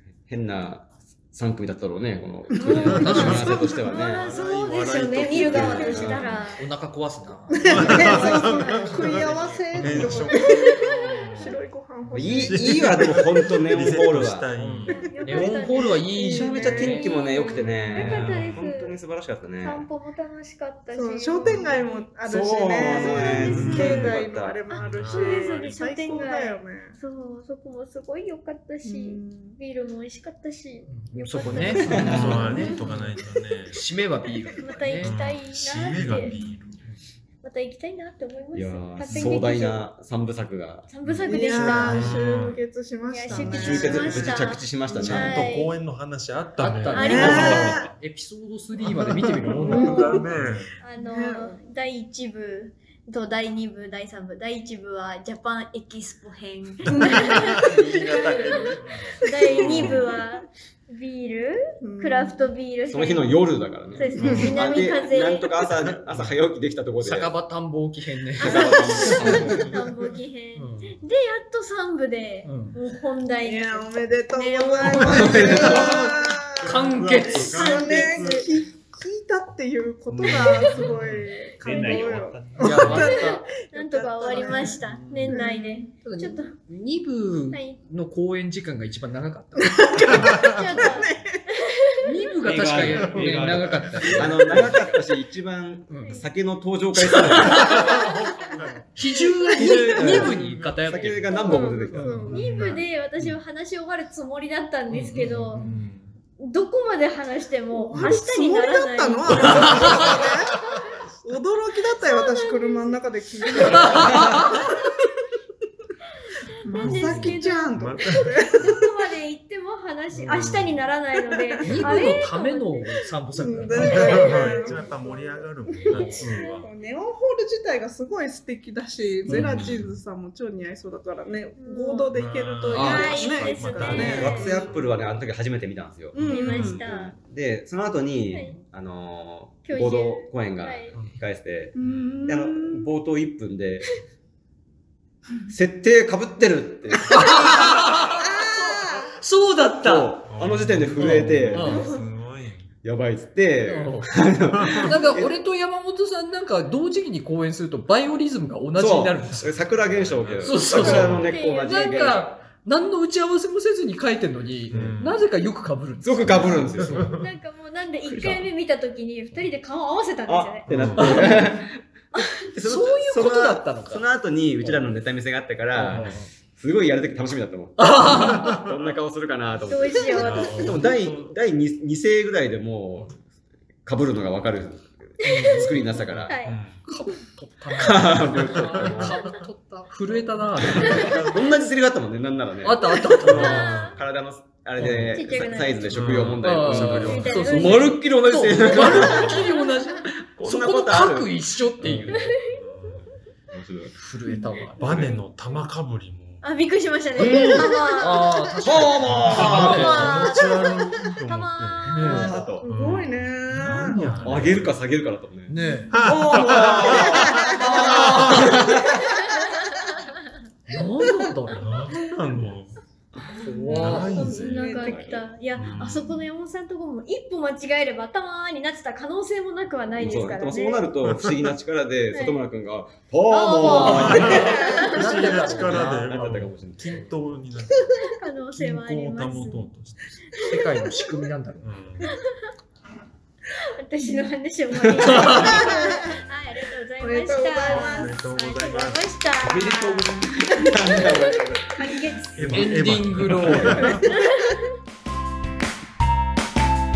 変な3組だったろうね、この組み合わせとしてはね。 そうですよね、見る側としたら。 お腹壊すな。 組み合わせ白いご飯欲しい。いいわ、でも本当ネオンホールは。 ネオンホールはいい。 めちゃめちゃ天気もね、良くてね。 本当に素晴らしかったね。 散歩も楽しかったし。 商店街もあるしね。境内のあれもあるし。 商店街だよね。 そう、そこもすごい良かったし、ビールも美味しかったし。 そこね。 そうはね、とかないとね。 締めはビール。 また行きたいなって。 締めがビール。 また行きたいなって思います。 壮大な3部作が。 3部作でした。 集結しましたね。 集結無事着地しましたね。 ちゃんと公演の話あったね。 ありました。 エピソード3まで見てみるもんだね。 第1部と第2部、第3部。第1部はジャパンエキスポ編。第2部はビール、クラフトビール。 その日の夜だからね。 そうですね。南風。 なんとか朝早起きできたところで。 酒場探訪記編ね。 探訪記編。で、やっと3部で、もう本題。 いや、おめでとうございます。 完結。 聞いたっていうことがすごい感動よ。 なんとか終わりました。年内で。 ちょっと2部の公演時間が一番長かった。2部が確かに長かった。 長かったし、一番酒の登場回数比重が2部に偏ってる。 酒が何本も出てきた。 2部で私は話し終わるつもりだったんですけど、どこまで話しても明日にならない。 驚きだったよ、私車の中で聞いて。まさきちゃんと。どこまで行っても話、明日にならないので。 2部のための散歩作だ。 やっぱ盛り上がるもん、夏は。 ネオンホール自体がすごい素敵だし、ゼラチーズさんも超似合いそうだからね、合同で行けるといいですね。 惑星アップルはね、あの時初めて見たんですよ。 見ました。 で、その後に、合同公演が控えてて、冒頭1分で、設定被ってるって。 そうだった。 あの時点で震えて、やばいっつって。 なんか俺と山本さんなんか同時期に公演するとバイオリズムが同じになるんですよ。 桜現象で。 桜の根っこ同じ。 なんか、何の打ち合わせもせずに書いてるのに、なぜかよく被るんですよ。よく被るんですよ。 なんかもうなんで1回目見たときに2人で顔合わせたんですよね。 ってなって。 そういうことだったのか。 その後にうちらのネタ見せがあったから、すごいやるとき楽しみだったもん。どんな顔するかなと思って。 どうしよう。 でも第2声ぐらいでもう被るのが分かる作りになったから。 かぶとった。震えたな。 同じセリフあったもんね、なんならね。 あった。 体のあれでサイズで食用問題。まるっきり同じセリフ。 まるっきり同じ。そこの各一緒っていう。震えたわ。 バネの玉かぶりも。 あ、びっくりしましたね。 確かに。 すごいね。 上げるか下げるかだったもんね。 ねえ。 なんだ怖いぜ。いや、あそこの山本さんのところも一歩間違えれば頭になってた可能性もなくはないですからね。 そうなると不思議な力で里村君が「パーマー」不思議な力で均等になる可能性はあります。 世界の仕組みなんだろう。 私の話を終わりました。はい、ありがとうございました。 ありがとうございました。 おめでとうございます。 エンディングロール。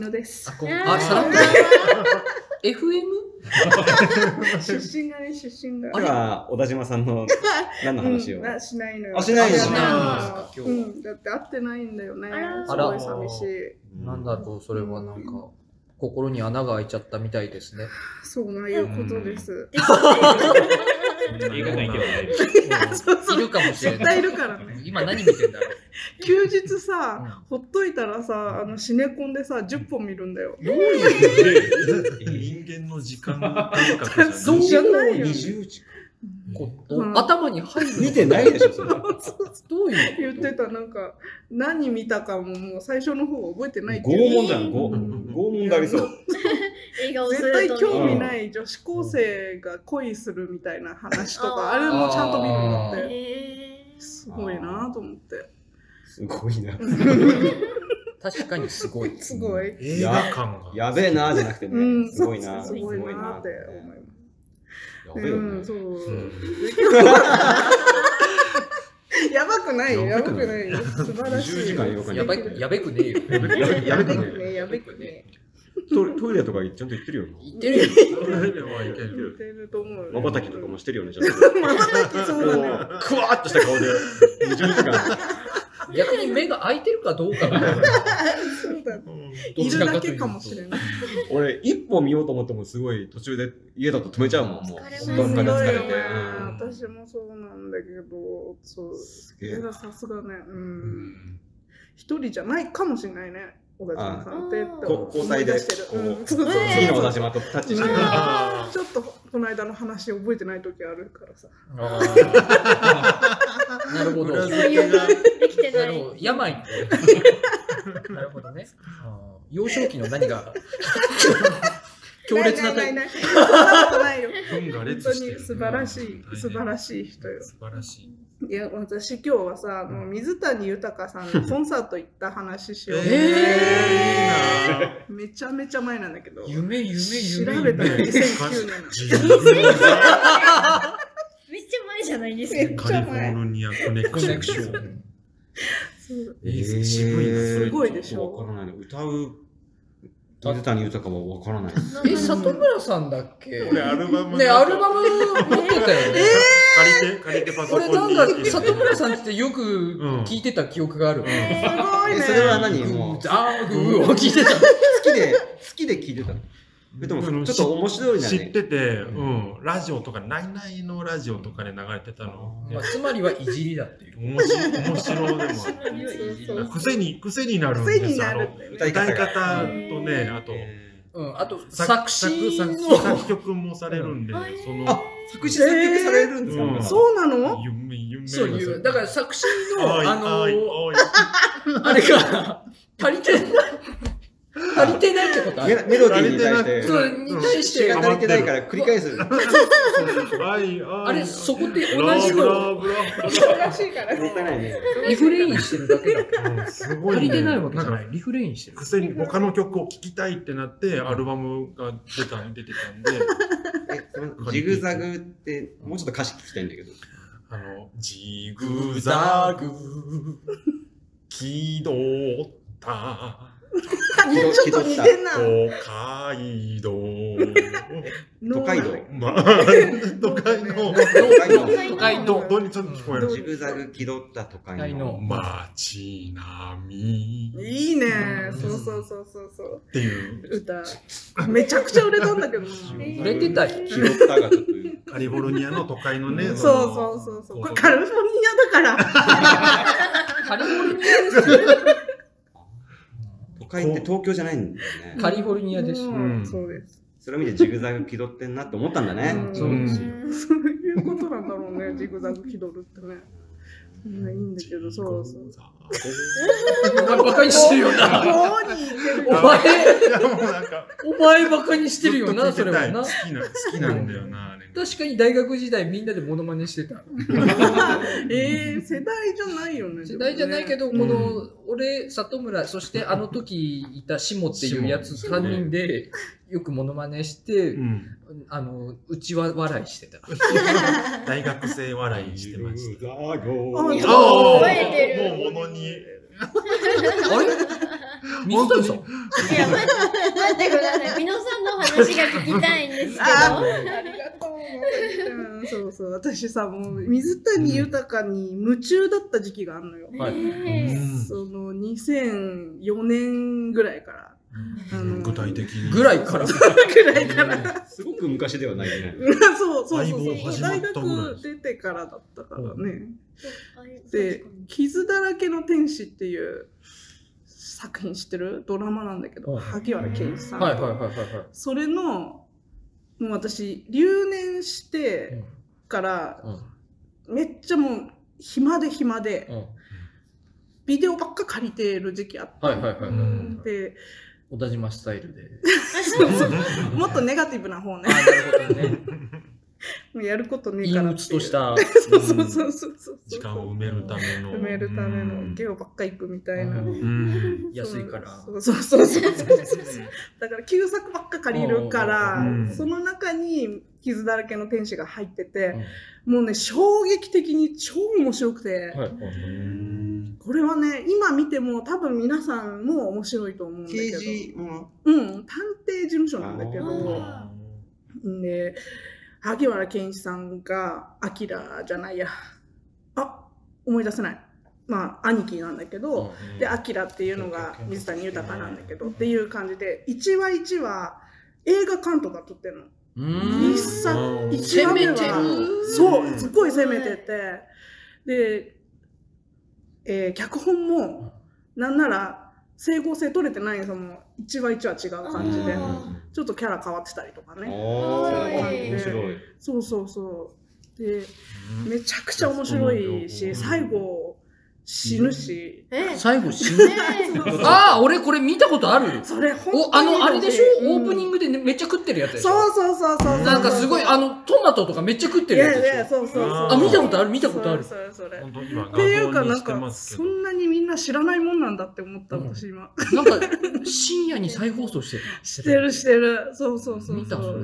FM です。 さらっと FM？ 出身がね、出身が。 では小田島さんの何の話を？ しないのよ。 しないの。 だって会ってないんだよね。すごい寂しい。 なんだろう、それはなんか心に穴が開いちゃったみたいですね。 そういうことです。 映画がいけない。 いるかもしれない。 絶対いるからね。 今何見てんだろう。 休日さ、ほっといたらさ、シネコンでさ、10本見るんだよ。 どういう人間の時間感覚じゃないよ。 20時頭に入る。 見てないでしょ、それ。どういう言ってた、なんか、何見たかももう最初の方覚えてないって拷問じゃん、拷問がありそう。 絶対興味ない女子高生が恋するみたいな話とか、あれもちゃんと見るんだって。すごいなと思って。 すごいな。 確かにすごい。 すごい。 映画感が。 やべえなじゃなくてね。すごいな。 すごいなって思います。 やべえよね。 そう。やばくないよ。やばくないよ。素晴らしい。 やべくねえよ。 やべくねえ。やべくねえ。 トイレとかちゃんと行ってるよ。 行ってるよ。 トイレは行ける。 行ってると思う。 まばたきとかもしてるよね、ちゃんと。 まばたきそうだね。 クワーッとした顔で20時間。 逆に目が開いてるかどうかが。 そうだ。いるだけかもしれない。 俺一歩見ようと思ってもすごい途中で家だと止めちゃうもん。もうどっかで疲れて。 私もそうなんだけど、そう。さすがね。一人じゃないかもしれないね。小田島さんって交代で次の小田島とタッチしてちょっとこの間の話覚えてない時あるからさ。 なるほど。 できてない。 病。なるほどね。幼少期の何が強烈なタイプ。 ないよ。 本が列してる。 本当に素晴らしい素晴らしい人よ。 素晴らしい。 いや、私今日はさ、水谷豊さんのコンサート行った話しよう。めちゃめちゃ前なんだけど。 夢。 調べたら2009年。めっちゃ前じゃないですか。 カリフォルニアコネクション。渋いな。 すごいでしょ。 わからない。歌う水谷豊はわからない。 里村さんだっけ？ これアルバム。 ね、アルバム持ってたよね。 借りてパソコンに。 これなんか里村さんってよく聞いてた記憶がある。 すごいね。 それは何もうグーを聞いてた。 好きで聞いてたの。でもちょっと面白いなね。 知ってて、ラジオとかナイナイのラジオとかで流れてたの。 つまりはいじりだっていう。 面白でもある。癖になるんですよ。歌い方とね、あと作曲もされるんで、その作詞作曲されるんですか？ そうなの？ そういう。だから作詞のあれが足りてないってことある。 メロディーに対してが足りてないから繰り返す。 あれそこで同じのらしいからリフレインしてるだけだから。足りてないわけじゃない。リフレインしてる。 癖に他の曲を聴きたいってなってアルバムが出てたんで。 ジグザグってもうちょっと歌詞聞きたいんだけど。 ジグザグ気取ったちょっと似てんな。 都会道。 どにちょっと聞こえる。 ジグザグ気取った都会の街並み。 いいね。そう。 っていう歌。めちゃくちゃ売れたんだけど。 売れてたよ。 気取ったがちょっと。 カリフォルニアの都会のね。 そう。カリフォルニアだから。 カリフォルニアですよ。 都会って東京じゃないんだよね。 カリフォルニアです。 そうです。 それを見てジグザグ気取ってんなって思ったんだね。 そうですよ。 そういうことなんだろうね。ジグザグ気取るってね。いいんだけど、そう。 バカにしてるよな。お前バカにしてるよな、それはな。 好きなんだよな。 確かに大学時代みんなでモノマネしてた。 世代じゃないよね。 世代じゃないけど、この俺、里村、そしてあの時いたシモっていうやつ3人でよくモノマネして、うちは笑いしてた。 大学生笑いしてました。 覚えてる。 もうものに。 あれ水谷さん。 いや、待ってください。美濃さんの話が聞きたいんですけど。 ありがとう。そうそう。私さ、もう水谷豊に夢中だった時期があるのよ。その2004年ぐらいから。 具体的に。 ぐらいから。 すごく昔ではないね。 そう。大学出てからだったからね。で、傷だらけの天使っていう作品知ってる？ドラマなんだけど、萩原健一さんと。それの、もう私、留年してから、めっちゃもう暇で、ビデオばっか借りてる時期あって。で、 小田島スタイルで。 もっとネガティブな方ね。 なるほどね。 もうやることねえからっていう。 とした。 そう。 時間を埋めるための。 ゲオばっか行くみたいな。 安いから。 そう。だから旧作ばっか借りるから、その中に傷だらけの天使が入ってて、もうね、衝撃的に超面白くて。これはね、今見ても多分皆さんも面白いと思うんだけど。探偵事務所なんだけど。で、萩原健一さんが、アキラじゃないや。思い出せない。まあ、兄貴なんだけど、で、アキラっていうのが水谷豊なんだけど、っていう感じで、1話1話、映画監督が撮ってるの。1話目は、そう、すっごい攻めてて、で、脚本も、なんなら、整合性取れてないんですよ。もう1話1話違う感じで。ちょっとキャラ変わってたりとかね。 面白い。 そう。で、めちゃくちゃ面白いし、最後、死ぬし。 最後死ぬ？俺これ見たことある。 それ本当にあれでしょ？オープニングでめっちゃ食ってるやつでしょ？ そう。 なんかすごい、トマトとかめっちゃ食ってるやつでしょ？ そう。 見たことある。 それ。っていうか、なんか、そんなにみんな知らないもんなんだって思った、私今。 なんか、深夜に再放送してる。してる。そう。 見たそれ。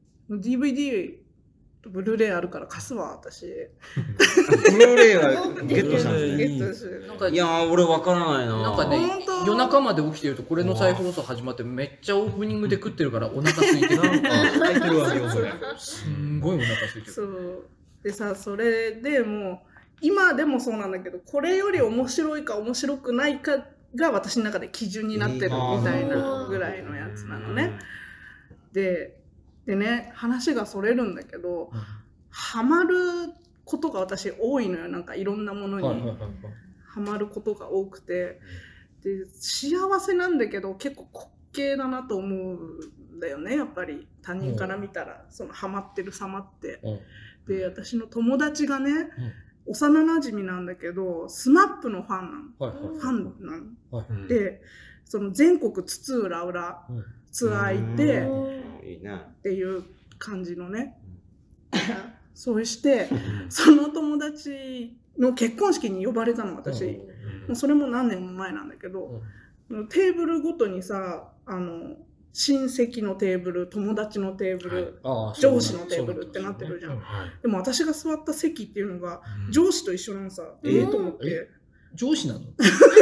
DVD、ブルーレイあるから貸すわ、私。 ブルーレイはゲットしたんですね。いや俺わからないな。 なんかね、夜中まで起きてるとこれの再放送始まってめっちゃオープニングで食ってるからお腹空いてる。 タイトルは見覚え。 すんごいお腹空いてる。 そう。でさ、それでもう、今でもそうなんだけど、これより面白いか面白くないかが私の中で基準になってるみたいなぐらいのやつなのね。でね、話がそれるんだけど、ハマることが私多いのよ。なんかいろんなものにハマることが多くて、で幸せなんだけど結構滑稽だなと思うんだよね。やっぱり他人から見たらそのハマってる様って。で、私の友達がね、幼なじみなんだけど、SMAP のファンなの。で、その全国津々浦々ツアー行ってっていう感じのね。そうして、その友達の結婚式に呼ばれたの、私。もうそれも何年も前なんだけど、テーブルごとにさ、親戚のテーブル、友達のテーブル、上司のテーブルってなってるじゃん。でも私が座った席っていうのが上司と一緒なのさ。と思って。 上司なの？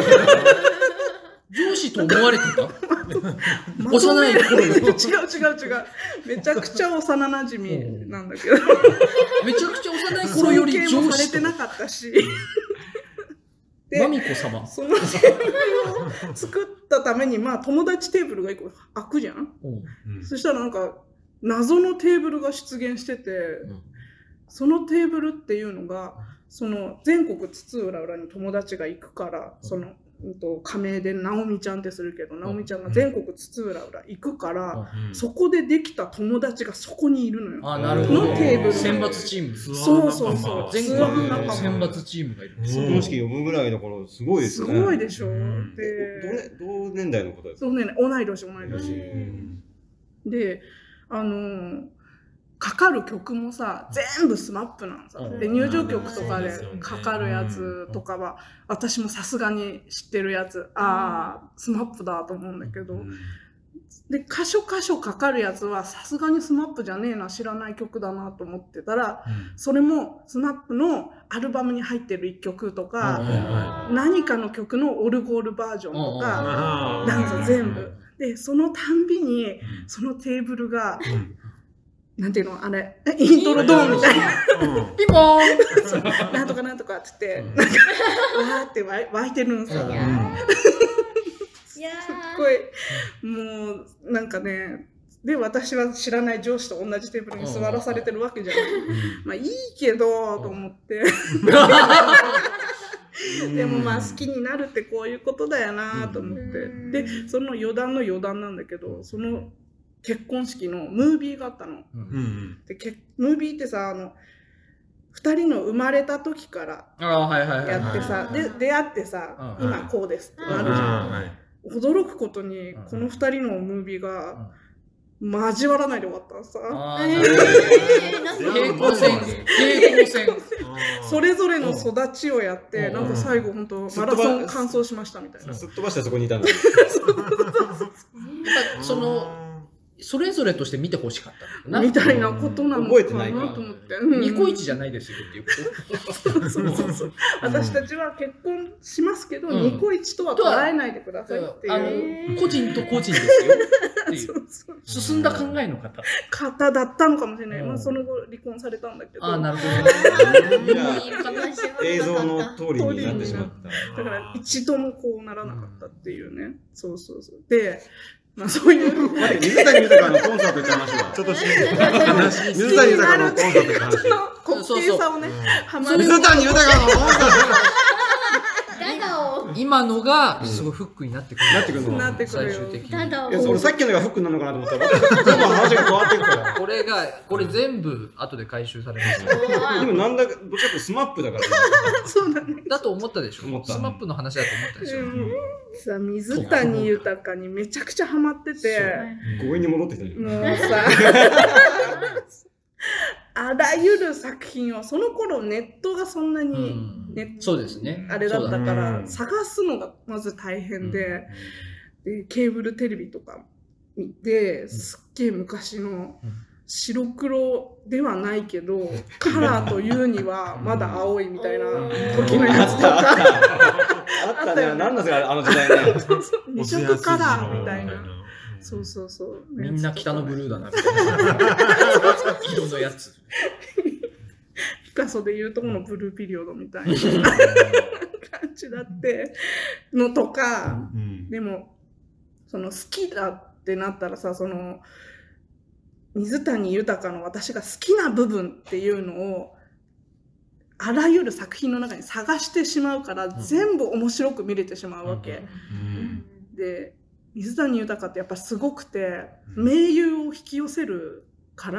上司と思われてた？幼い頃違う。めちゃくちゃ幼なじみなんだけど。 めちゃくちゃ幼い頃より上司尊敬もされてなかったし。 マミコ様。 そのテーブルを作ったために、まあ友達テーブルが1個開くじゃん。そしたらなんか謎のテーブルが出現してて、そのテーブルっていうのが、その全国津々浦々に友達が行くから、その仮名で直美ちゃんってするけど、直美ちゃんが全国津々浦々行くから、そこでできた友達がそこにいるのよ。 なるほど。 のテーブル。 選抜チーム。 そう。 全国の選抜チームがいる。 結婚式呼ぶぐらいだからすごいですね。 すごいでしょ。 で、同年代の方ですか？ そうね、同い年。で、かかる曲もさ、全部SMAPなんさ。で、入場曲とかでかかるやつとかは、私もさすがに知ってるやつ、SMAPだと思うんだけど、 で箇所箇所かかるやつはさすがにスマップじゃねえな、知らない曲だなと思ってたら、それもスマップのアルバムに入ってる1曲とか、何かの曲のオルゴールバージョンとかなんか全部で、そのたんびにそのテーブルが、なんていうのあれイントロドーンみたいなピンポーンなんとかなんとかって言って、なんかわーって湧いてるんですよ。すっごいもうなんかね、で私は知らない上司と同じテーブルに座らされてるわけじゃない。まあいいけどと思ってでもまあ好きになるってこういうことだよなと思って、でその余談の余談なんだけど、その結婚式のムービーがあったの。でムービーってさ、2人の生まれた時からやってさ、で出会ってさ、今こうですってなるじゃん。驚くことにこの2人のムービーが交わらないで終わったさ。 平行線それぞれの育ちをやって、なんか最後本当マラソン完走しましたみたいな。 すっ飛ばしてそこにいたんだ。 そのそれぞれとして見てほしかったみたいなことなのかなと思って。 ニコイチじゃないですよっていうこと。 私たちは結婚しますけど、ニコイチとは捉えないでくださいっていう。 個人と個人ですよっていう。進んだ考えの方だったのかもしれない。まあその後離婚されたんだけど。 あ、なるほど。 映像の通りになってしまった。 だから一度もこうならなかったっていうね。そうそうそう。で。まあそういう。 待って、水谷豊のコンサート行った話は。ちょっと水谷豊のコンサート行った話。 滑稽さをね、 水谷豊のコンサート。 今のがすごいフックになってくる。 なってくる。 最終的に。 いや、俺さっきのがフックなのかなと思ったら、全部話が変わってるから。 これ全部後で回収されます。 でもなんだか、どっちかというとスマップだから。 そうだね。 だと思ったでしょ。スマップの話だと思ったでしょ。 さあ水谷豊にめちゃくちゃハマってて、 強引に戻ってきたもうさあらゆる作品を、その頃ネットがそんなにそうですね、 あれだったから探すのがまず大変で、ケーブルテレビとか見て、すっげえ昔の白黒ではないけどカラーというにはまだ青いみたいな時のやつとかあったね。何だそれ、あの時代ね。 二色カラーみたいな。そうそうそう。 みんな北のブルーだなみたいな色のやつ。 ピカソでいうとこのブルーピリオドみたいな感じだってのとか、でもその好きだってなったらさ、その水谷豊の私が好きな部分っていうのをあらゆる作品の中に探してしまうから、全部面白く見れてしまうわけ。で水谷豊ってやっぱすごくて、名優を引き寄せるから、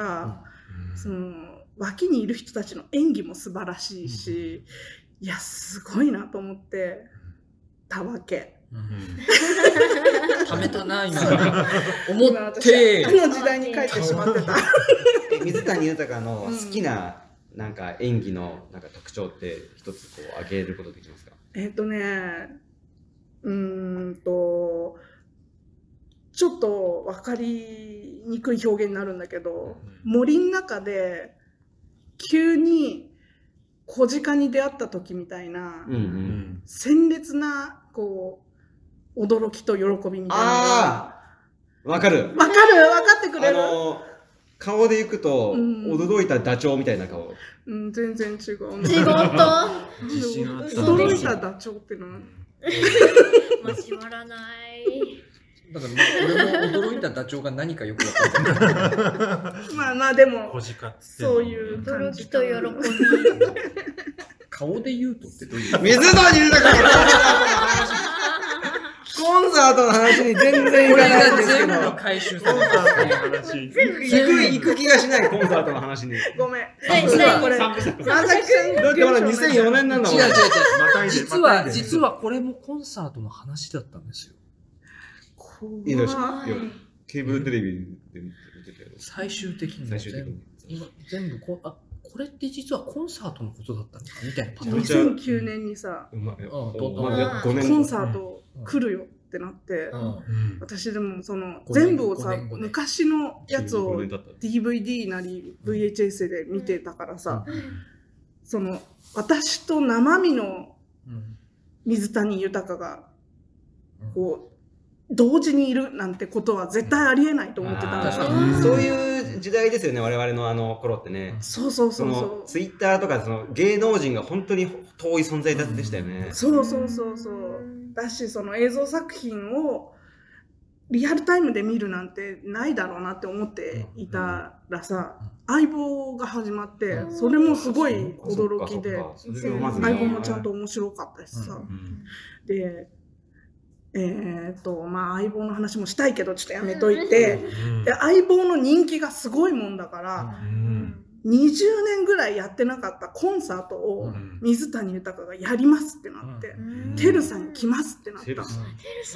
その脇にいる人たちの演技も素晴らしいし、いやすごいなと思ってたわけ。 ためたな今思ってあの時代に帰ってしまってた。 水谷豊の好きななんか演技のなんか特徴って一つこう挙げることできますか？ ちょっと分かりにくい表現になるんだけど、森の中で急に小鹿に出会った時みたいな、鮮烈なこう驚きと喜びみたいな。 分かる。 分かってくれる。 顔でいくと驚いたダチョウみたいな顔。 全然違う。 違った。 驚いたダチョウってのは交わらない。 だから俺も驚いたダチョウが何かよく分かる。まあでもそういう驚きと喜び。 顔で言うとってどういう？ 水谷豊コンサートの話に全然いかないんですけど。 全部回収された話。 行く気がしないコンサートの話に。 ごめん。 これ。 だってまだ2004年なんだもん。 違う。実はこれもコンサートの話だったんですよ。 いいのしケーブルテレビで見てたよ。 最終的に全部これって実はコンサートのことだったのかみたいな。 2009年にさ、コンサート来るよってってなって、私でもその全部をさ昔のやつを DVD なり VHS で見てたからさ、その私と生身の水谷豊がこう同時にいるなんてことは絶対ありえないと思ってたんですよ。 そういう時代ですよね、我々のあの頃ってね。 そうそうそうそう。 ツイッターとかその芸能人が本当に遠い存在でしたよね。 そうそうそうそう。だしその映像作品をリアルタイムで見るなんてないだろうなって思っていたらさ、相棒が始まってそれもすごい驚きで、相棒もちゃんと面白かったしさ。でまあ相棒の話もしたいけどちょっとやめといて、で相棒の人気がすごいもんだから、20年ぐらいやってなかったコンサートを水谷豊がやりますってなって、テルさんに来ますってなった。テルさん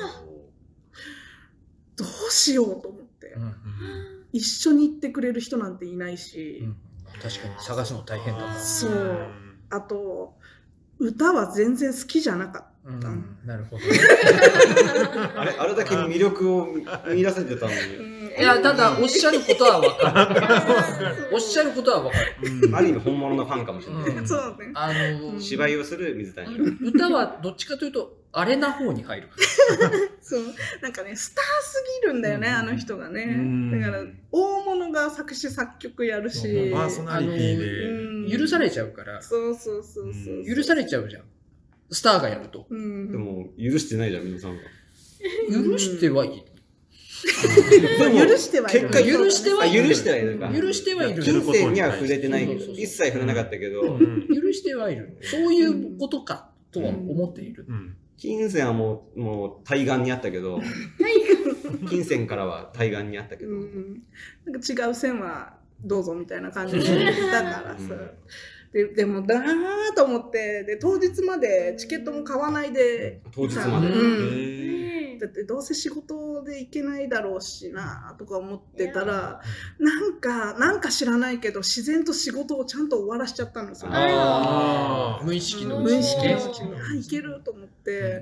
どうしようと思って、一緒に行ってくれる人なんていないし、 確かに探すの大変だもん。 そう。あと歌は全然好きじゃなかった。 なるほど。 あれだけ魅力を見出せてたのに。 いや、ただおっしゃることは分かる。おっしゃることは分かる。 ある意味本物のファンかもしれない。 そうね。 芝居をする水谷。 歌はどっちかというとアレな方に入る。 そう、なんかね、スターすぎるんだよね、あの人がね。だから大物が作詞作曲やるし、 パーソナリティで許されちゃうから。 そうそうそうそう。 許されちゃうじゃん。スターがやると。 でも許してないじゃん、皆さんが。 許してはいる。 許してはいる。 結果許してはいる。 許してはいるか。 許してはいる。 金銭には触れてないけど、一切触れなかったけど。 許してはいる。そういうことかとは思っている。 金銭はもう対岸にあったけど、金銭からは対岸にあったけど。 なんか違う線はどうぞみたいな感じでだからさ。でもだーと思って、で当日までチケットも買わないで、 当日まで、 だってどうせ仕事で行けないだろうしなとか思ってたら、なんか知らないけど自然と仕事をちゃんと終わらしちゃったんですよね。 無意識のうちにいけると思って、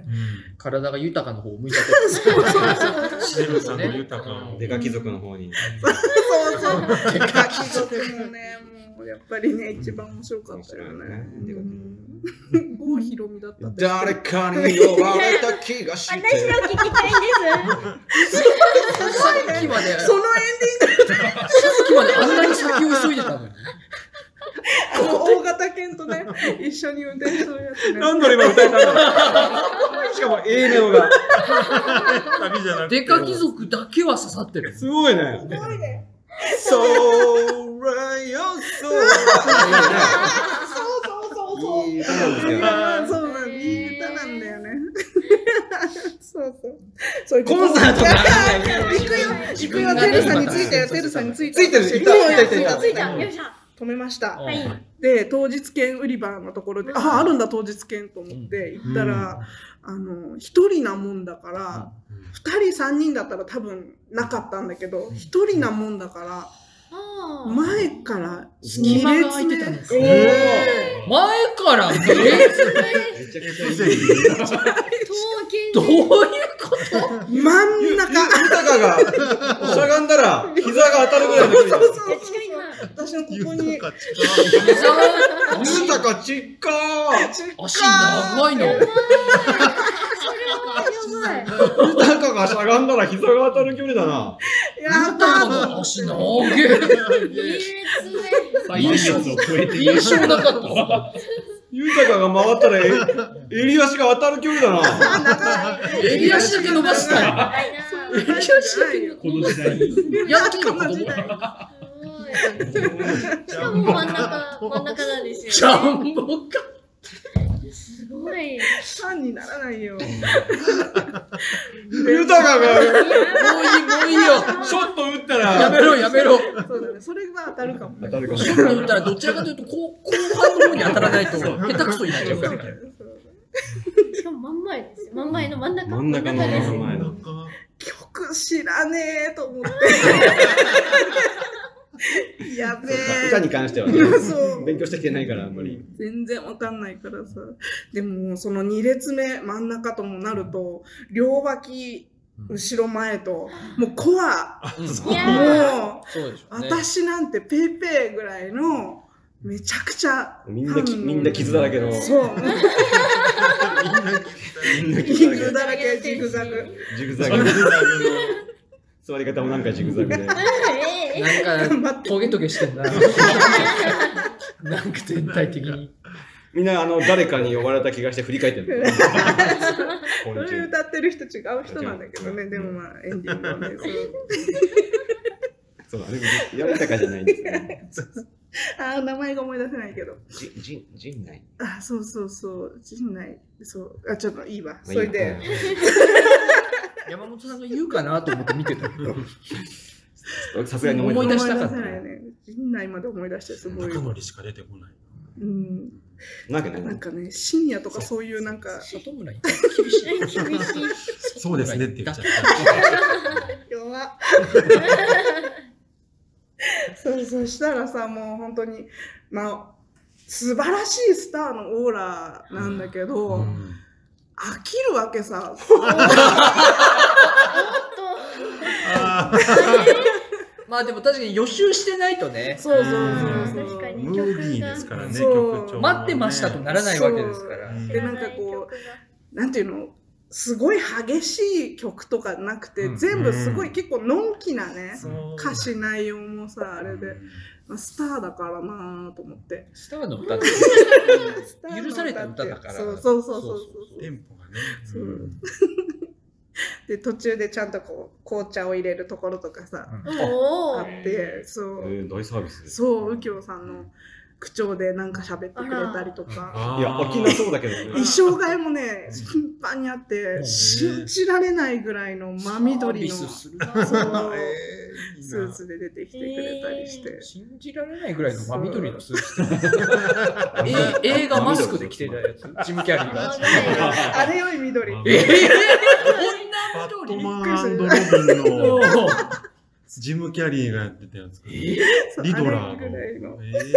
体が豊かの方を向いちゃってる。 シルさんの豊かのデカ貴族の方に。 そうそう。デカ貴族もね、もうやっぱりね一番面白かったよね。郷ひろみだった。 誰かに呼ばれた気がして。 私の聞きたいんです。 さっきまでそのエンディング。 さっきまであんなに先を急いでたのに。 大型犬とね一緒に運転するやつね。 なんで今歌えたんだろう。しかも A メロが。 旅じゃなくて。デカ貴族だけは刺さってる。 すごいね。 すごいね。 そういい歌なんですよ。 そうなん、いい歌なんだよね。そう。 コンサートが行くよ、テルさんについたよ、テルさんについた。 ついてる、 ついた。よっしゃ。 止めました。で、当日券売り場のところで、あるんだ当日券と思って行ったら、一人なもんだから、2人3人だったら多分なかったんだけど、1人なもんだから、前から 2列が空いてたんです。前から2列。 めちゃくちゃどういうこと真ん中。 豊がしゃがんだら膝が当たるぐらいの距離。 私のここに。 豊ちっかー。 足長いの。 豊がしゃがんだら膝が当たる距離だな。 豊の足長い。印象なかった。 豊が回ったら襟足が当たる距離だな。 襟足だけ伸ばしたい。襟足だけこの時代に。 ヤンキーの子供。 しかも真ん中なんですよ。 ジャンボか。 すごい。 ファンにならないよ。 豊が。 もういいよ。 ショット打ったら。 やめろ。 そうだね。それは当たるかも。 ショット打ったらどちらかというと後半の方に当たらないと下手くそになっちゃうから。 しかも真ん前ですよ。真ん前の真ん中。 真ん中の真ん前の。 曲知らねえと思って。 やべえ。 歌に関してはね、勉強してきてないからあんまり。 全然わかんないからさ。でもその2列目真ん中ともなると、両脇、後ろ前と、もうコア。もう、私なんてペーペーぐらいの、めちゃくちゃ。 みんな傷だらけの。 そう。みんな傷だらけ、ジグザグ。 ジグザグの座り方もなんかジグザグで。 なんかトゲトゲしてんな。なんか全体的に。 みんな誰かに呼ばれた気がして振り返ってる。 それ歌ってる人違う人なんだけどね。でもまあエンディングはね。 そう、あれもやられたかじゃないんですね。 名前が思い出せないけど。 陣内。 そうそうそう。陣内。そう。ちょっといいわ。それで。 山本さんが言うかなと思って見てたけど。 さすがに思い出したかった。 陣内まで思い出してすごい。 中森しか出てこない。 なんかね、深夜とかそういうなんか。 里村厳しい。 そうですねって言っちゃった。 弱っ。そうしたらさ、もう本当に、まあ、素晴らしいスターのオーラなんだけど、飽きるわけさ。 まあでも確かに予習してないとね。 そう。 ムーディーですからね、曲調。 待ってましたとならないわけですから。 で、なんかこう、なんていうの、すごい激しい曲とかなくて、全部すごい結構のんきなね、歌詞内容もさ、あれで、スターだからなぁと思って。 スターの歌って許された歌だから。 そう。 テンポがね。 で、途中でちゃんとこう、紅茶を入れるところとかさ、あって、そう。 大サービス。 そう、右京さんの口調でなんか喋ってくれたりとか。 いや、飽きなそうだけどね。 衣装替えもね、頻繁にあって、信じられないぐらいの真緑のスーツで出てきてくれたりして。 信じられないぐらいの真緑のスーツ。映画マスクで着てたやつ。ジム・キャリーが。 あれより緑。 バットマン&ロビンのジム・キャリーがやってたやつ。リドラーの。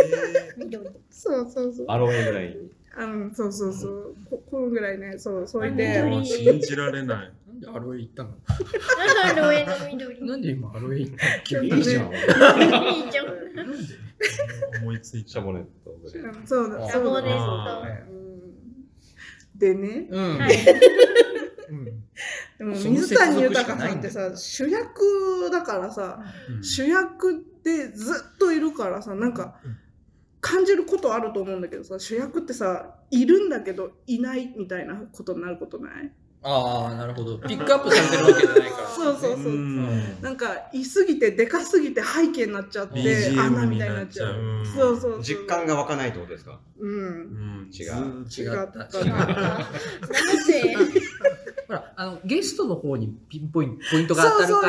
そう。 アロエぐらい。 そう。このぐらいね、それで。 信じられない。 なんでアロエ行ったの？ アロエの緑。 なんで今アロエ行ったの？ いいじゃん。 いいじゃん。 思いついシャボネット。 そうだ。 シャボネット。 でね。でも水谷豊さんってさ、主役だからさ、主役でずっといるからさ、なんか感じることあると思うんだけどさ、主役ってさ、いるんだけどいないみたいなことになることない？ ああ、なるほど。ピックアップされてるわけじゃないから。 そう。なんか、いすぎて、でかすぎて背景になっちゃって、穴みたいになっちゃう。そう。 実感が湧かないってことですか？違った。 なんでほら、ゲストの方にポイントが当たるから、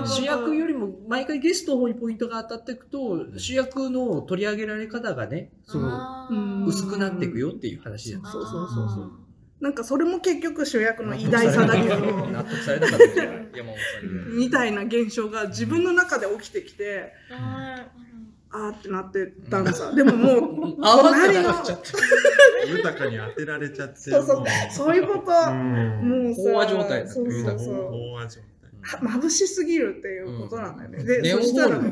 主役よりも毎回ゲストの方にポイントが当たっていくと、主役の取り上げられ方がね、薄くなっていくよっていう話じゃないですか。 そう。なんかそれも結局主役の偉大さだけど、 納得されなかったじゃない山本さんみたいな現象が自分の中で起きてきて、あーってなってたんさ。でももう、 隣の豊かに当てられちゃって。 そういうこと。もうさ、 飽和状態だ。 そう。 飽和状態。 眩しすぎるっていうことなんだよね。 で、そしたら、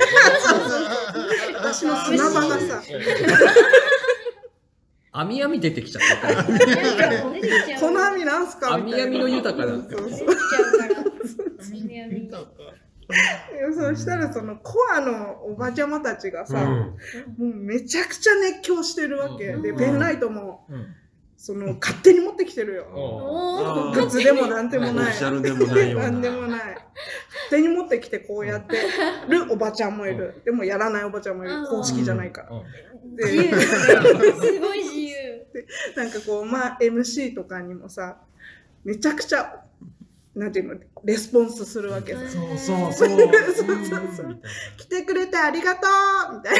私の砂場がさ、 網出てきちゃった。 この網なんすか？ 網の豊かだ。 そうしたらそのコアのおばちゃまたちがさ、もうめちゃくちゃ熱狂してるわけで、ペンライトもその勝手に持ってきてるよ。グッズでもなんでもない。 オフィシャルでもないような。 なんでもない。勝手に持ってきてこうやってるおばちゃんもいる。でもやらないおばちゃんもいる。公式じゃないから。 自由。すごい自由。 なんかこう、まあ MC とかにもさ、めちゃくちゃ、なんていうの、レスポンスするわけさ。 そう。 来てくれてありがとうみたいな。 いい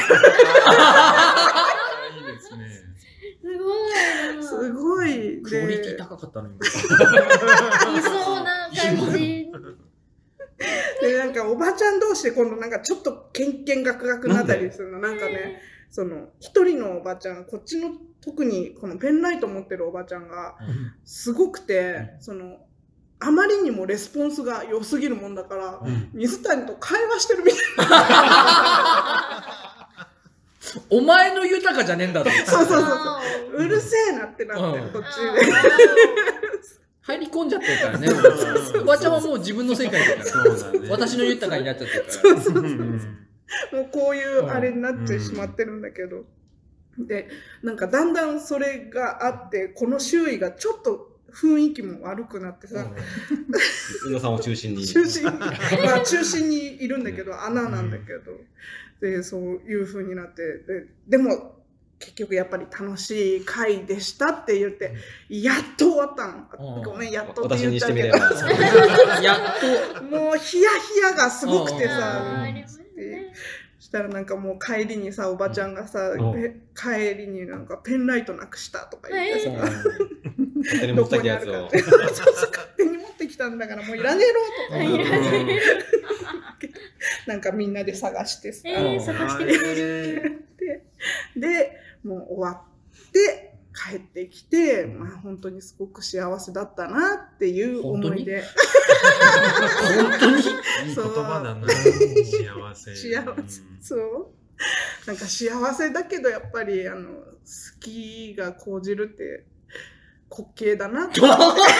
ですね。 すごい。 クオリティ高かったのに。 いそうな感じ。 で、なんかおばちゃん同士で今度なんかちょっとケンケンガクガクなったりするの。なんかね、その一人のおばちゃん、こっちの特にこのペンライト持ってるおばちゃんがすごくて、そのあまりにもレスポンスが良すぎるもんだから、水谷と会話してるみたいな。 お前の豊かじゃねえんだろ。 そうそうそうそう。うるせえなってなってる、こっちで。 入り込んじゃってるからね。おばちゃんはもう自分の世界だから。私の豊かになっちゃってるから。 そうそうそう。もうこういうあれになってしまってるんだけど。で、なんかだんだんそれがあって、この周囲がちょっと雰囲気も悪くなってさ。 宇野さんを中心に。 中心にいるんだけど、穴なんだけど。で、そういう風になって、でも、結局やっぱり楽しい回でしたって言って、やっと終わったの。ごめん、やっとって言っちゃうけど。やっと。もうヒヤヒヤがすごくてさ。そしたらなんかもう帰りにさ、おばちゃんがさ、帰りになんかペンライトなくしたとか言ってさ。 勝手に持ってきたやつを。 勝手に持ってきたんだからもういらねえろとか。なんかみんなで探してさ。 探してくれる。 で、もう終わって帰ってきて、まあ本当にすごく幸せだったなっていう思い出。 本当にいい言葉だな。幸せ。 幸せ。そう。なんか幸せだけどやっぱり好きが高じるって滑稽だなって。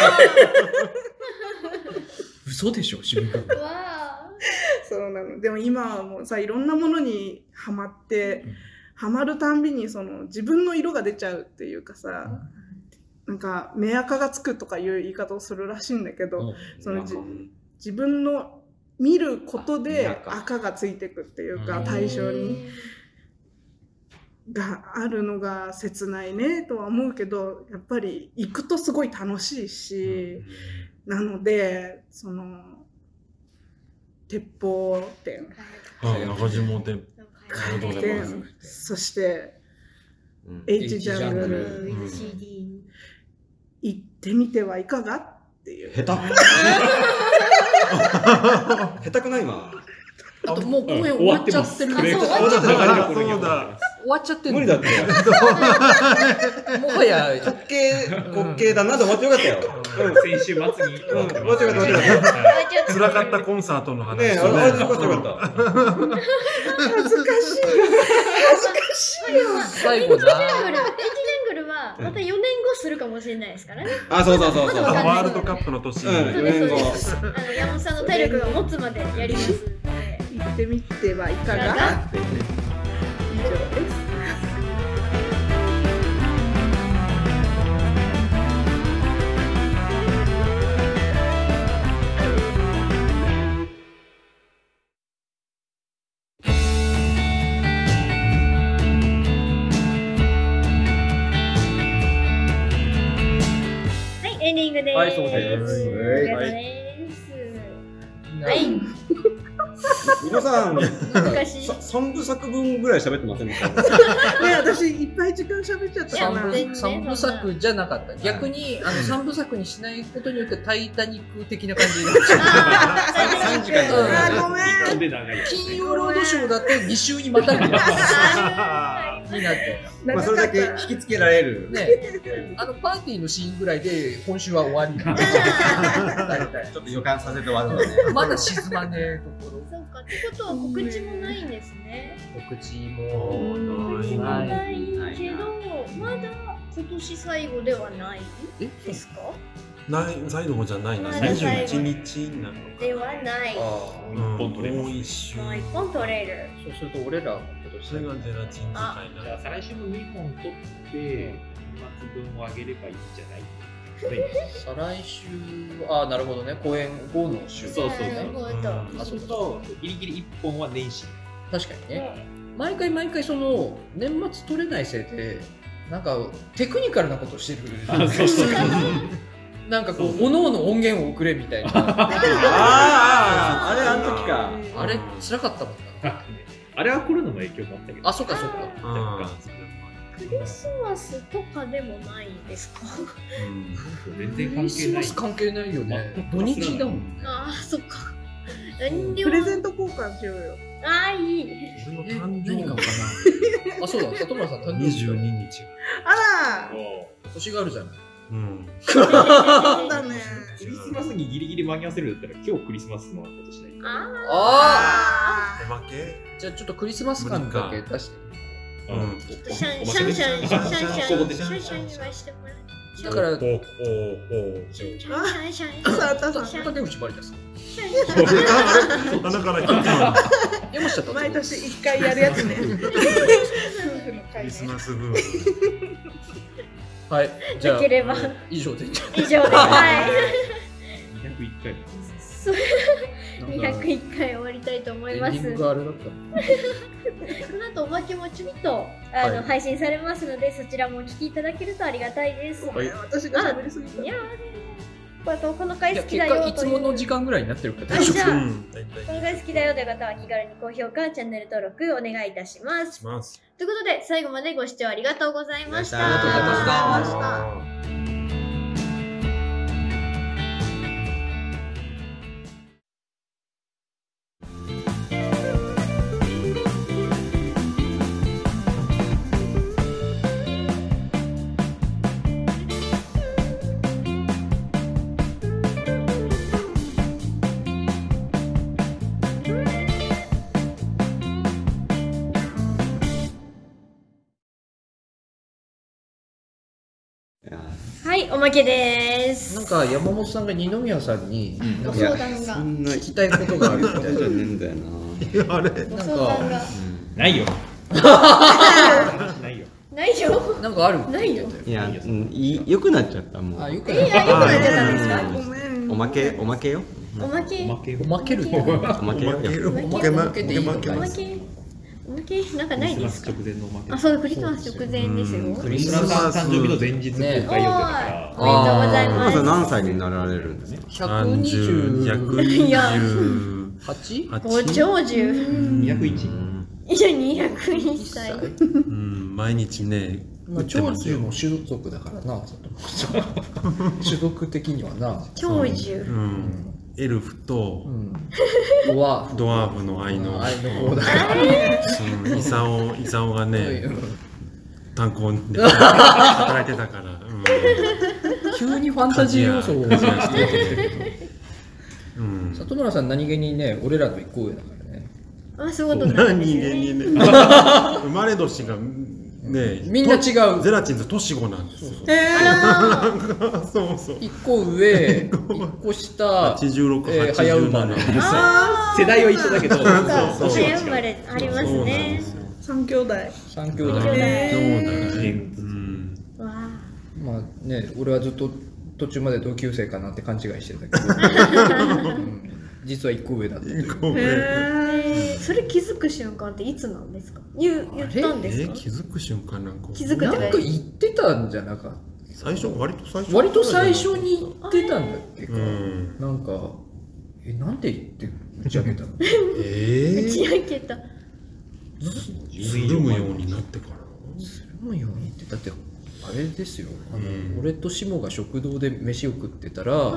嘘でしょ、渋谷君。 そうなの。でも今はもうさ、いろんなものにハマって、ハマるたんびにその自分の色が出ちゃうっていうかさ、なんか目赤がつくとかいう言い方をするらしいんだけど、その自分の見ることで赤がついてくっていうか、対象にがあるのが切ないねとは思うけど、やっぱり行くとすごい楽しいし、なのでその鉄砲店、 中島店、 そしてH ジャングル行ってみてはいかがっていう。 下手くない今。 あともう公演終わっちゃってる。終わっちゃってる。 無理だって。 もはや滑稽だなで終わってよかったよ。 先週末に終わってよかった。 辛かったコンサートの話。ね、 よかった。 恥ずかしいよ。 最後だ。 また4年後するかもしれないですからね。 あ、そう。 ワールドカップの年。 4年後。 山本さんの体力が持つまでやります。 行ってみてはいかが？以上です。 エンディングです。 はい、そうです。 はい。 皆さん、3部作分ぐらい喋ってませんでした？ ね、私いっぱい時間喋っちゃったかな。 3部作じゃなかった。逆に3部作にしないことによってタイタニック的な感じになっちゃう。3時間。 ごめん。 金曜ロードショーだと2週にまたぐになっちゃう。 まあそれだけ引きつけられる。 ね、パーティーのシーンぐらいで今週は終わり。ちょっと予感させて終わるのね。 まだ沈まねえところ。 そうか、ってことは告知もないんですね。 告知もないけど、まだ今年最後ではないですか？ 最後じゃないな。21日になるのか。 ではない。 1本取れます。 1本取れる。 そうすると俺らそれがゼラチン使いな。 じゃあ再来週も2本取って末分を上げればいいんじゃない？ 再来週、なるほどね、公演後の週。 そう。 なるほど。 そうするとギリギリ1本は年始。 確かにね。毎回その年末取れないせいでなんかテクニカルなことしてる。なんかこう各々音源を送れみたいな。 あれあの時か。 あれ辛かったもんな。 あれはコロナの影響もあったけど。 あ、そっか。 クリスマスとかでもないですか？ 全然関係ない。 クリスマス関係ないよね。土日だもんね。 あ、そっか。 プレゼント交換しようよ。 あー、いい。 俺の誕生日かな。あ、そうだ、里村さん誕生日。 22日。 あら。 年があるじゃない。 うん。 そうだね。 クリスマスにギリギリ間に合わせるんだったら、今日クリスマスのことしない。 ああ。おまけ？ じゃあちょっとクリスマス感だけ出して。 シャンシャンシャンシャンシャンシャンシャンシャン言わしてもらう。 だから、 シャンシャンシャン。 サンタさん。 竹内まりださん。 鼻から言った山下達郎。 毎年1回やるやつね。 クリスマスブーム。 はい。じゃあ以上で。 以上で。はい。 201回。 そう。201回終わりたいと思います。 エンディングがあれだった。 この後おまけもちょびっと配信されますので、そちらもお聞きいただけるとありがたいです。 私が喋りすぎた。 いやこの回好きだよという。 いつもの時間ぐらいになってるから大丈夫。この回好きだよという方は気軽に高評価、チャンネル登録お願いいたします。ということで最後までご視聴ありがとうございました。 ありがとうございました。 はい、おまけです。 なんか山本さんが二宮さんにご相談が聞きたいことがあるみたいな。 じゃねえんだよな。 あれご相談がないよ。ないよ。 ないよ。 なんかある。 ないよ。 いや、良くなっちゃったもう。 あ、良くなっちゃった。良くなっちゃったんですか。 ごめん。 おまけよ。 おまけ。 おまける。 おまけよ。 おまけなんかないですか。 直前のおまけ。 あ、そう、クリスマス直前ですよ。 クリスマス誕生日の前日公開予定だから。 おめでとうございます。 何歳になられるんですか。 128？ ご長寿。 201？ いや、201歳。 毎日ね。 長寿も種族だからな。種族的にはな。 長寿。 エルフとドワーフの愛の方だからイサオがね炭鉱で働いてたから急にファンタジー要素を里村さん何気にね俺らの1個上だからね。 あ、そういうことなんですね。 何気にね生まれ年がね、 みんな違う。 ゼラチンズ年子なんですよ。そうそう。 1個上、1個下、 86、 早生まれ。 世代は一緒だけど、 早生まれありますね。 3兄弟。 3兄弟。まあね、俺はずっと途中まで同級生かなって勘違いしてたけど、実は1個上だった。 それ気づく瞬間っていつなんですか。言ったんですか。 気づく瞬間なんか言ってたんじゃなかった。 割と最初に言ってたんだっけか。なんかなんて言って打ち明けたの。 打ち明けた。 つるむようになってから。 つるむようにってだってあれですよ。俺とシモが食堂で飯を食ってたら。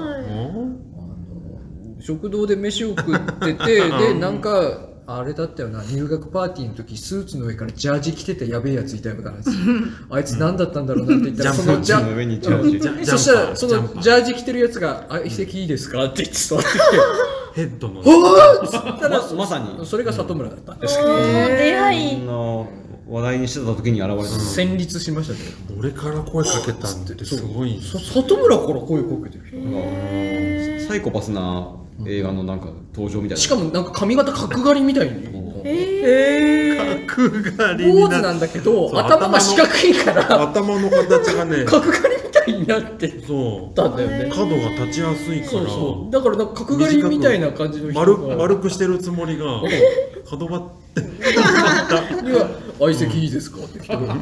食堂で飯を食っててでなんかあれだったよな、入学パーティーの時スーツの上からジャージ着ててやべえやついたような感じ。あいつ何だったんだろうなって言ったらそのジャージそしたらそのジャージ着てるやつが「相席いいですか?」って言って座ってきてヘッドのまさにそれが里村だったんですけど、 出会い話題にしてた時に現れた。 戦慄しましたね。 俺から声かけたんってすごい。 里村から声かけてる。 サイコパスな映画のなんか登場みたいな。 しかもなんか髪型角刈りみたいに。 角刈り坊主なんだけど頭が四角いから頭の形がね角刈りみたいになってたんだよね。 角が立ちやすいからだからなんか角刈りみたいな感じの人が丸くしてるつもりが角張って相席いいですかって来てはい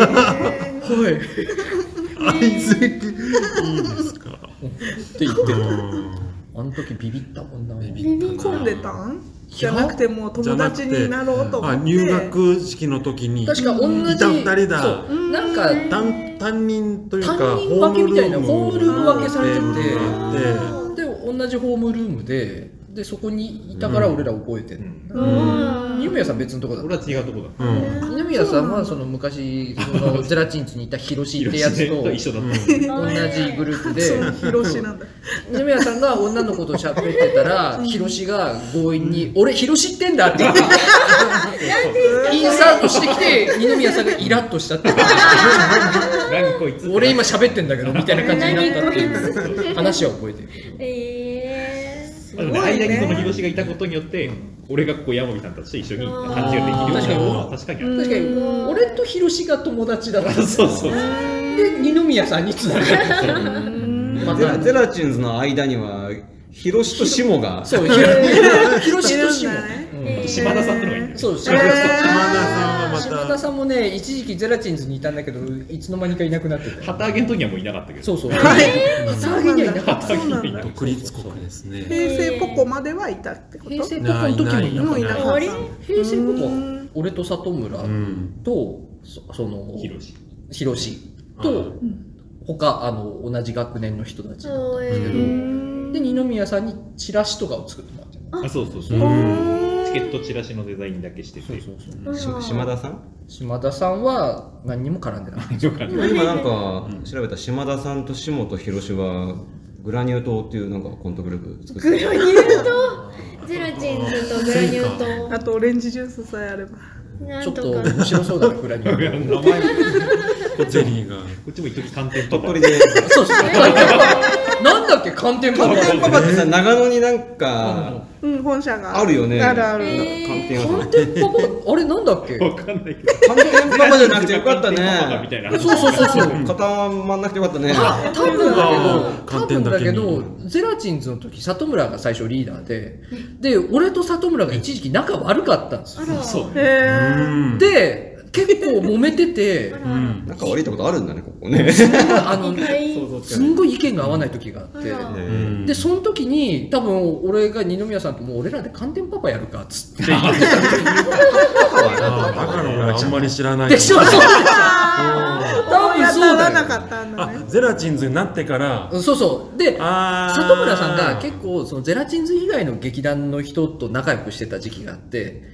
相席いいですかって言ってあの時ビビったもんな。 ビビ込んでたんじゃなくてもう友達になろうと思って。 入学式の時に確か同じいた2人だ。 なんか担任というか担任分けみたいなホームルーム分けされててで同じホームルームででそこにいたから俺ら覚えてる。二宮さん別のとこだ。 俺は違うとこだ。 二宮さんはその昔そのゼラチンズにいたヒロシってやつと一緒だった。 同じグループで、 ヒロシなんだ。 二宮さんが女の子と喋ってたら、ヒロシが強引に俺ヒロシってんだって言ってインサートしてきて、二宮さんがイラッとしたって。 何こいつ。 俺今喋ってんだけどみたいな感じになったっていう話は覚えてる。 間にそのヒロシがいたことによって、俺がここ山火さんたちと一緒に感じができるような。確かに俺とヒロシが友達だから。 そうそう。 で二宮さんにつながる。ゼラチンズの間にはヒロシとシモが。 そう、ヒロシとシモ。 島田さんってのがいいんだよ。 そう、島田さんもね、一時期ゼラチンズにいたんだけど、いつの間にかいなくなってて。 旗揚げの時にはもういなかったけど。 そうそう。旗揚げにはいなかった。 独立国ですね。 平成ポコまではいたってこと？ 平成ポコの時もいなかった。平成ポコ、俺と里村と、その、ヒロシと、他、同じ学年の人たちだったんですけど、で、二宮さんにチラシとかを作ってもらってる。 あ、そうそうそう。チケットチラシのデザインだけしてて。 島田さん？ 島田さんは何にも絡んでない。 今なんか調べた島田さんと下と広志はグラニュー糖っていうなんかコントグループ作ってグラニュー糖、ゼラチンズとグラニュー糖、 あとオレンジジュースさえあれば。 ちょっと面白そうだね、グラニュー糖。 名前ゼリーが。 こっちも一時寒天鳥取で。 そうそう。なんだっけ、寒天パパ。 寒天パパってさ、長野になんか本社があるよね。 あるある。 寒天パパ、あれなんだっけ。 わかんないけど。 寒天パパじゃなくてよかったね。 そうそうそうそう。 固まんなくてよかったね。 多分だけど、ゼラチンズの時、里村が最初リーダーで、俺と里村が一時期仲悪かったんですよ。 そう。 で、結構揉めてて、 なんか悪いことあるんだね、ここね。 すんごい意見が合わない時があって、で、その時に、多分俺が二宮さんともう俺らで寒天パパやるかっつって。だから俺あんまり知らない。 でしょ、そう。多分そうだよ。 ゼラチンズになってから。 そうそう。で、里村さんが結構そのゼラチンズ以外の劇団の人と仲良くしてた時期があって、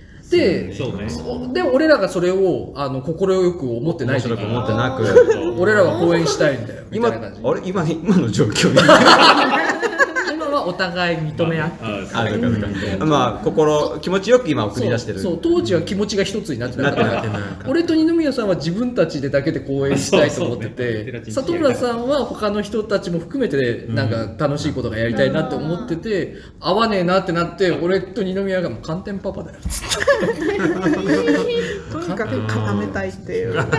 で、俺らがそれを快く思ってないし、 思ってなく、 俺らは公演したいんだよ。 今の状況。 今はお互い認め合って、 まあ気持ちよく今送り出してる。 そう、当時は気持ちが一つになってたから、俺と二宮さんは自分たちでだけで公演したいと思ってて、里村さんは他の人たちも含めてなんか楽しいことがやりたいなって思ってて、合わねえなってなって、俺と二宮がもう寒天パパだよっつって。 とにかく固めたいっていう。 プ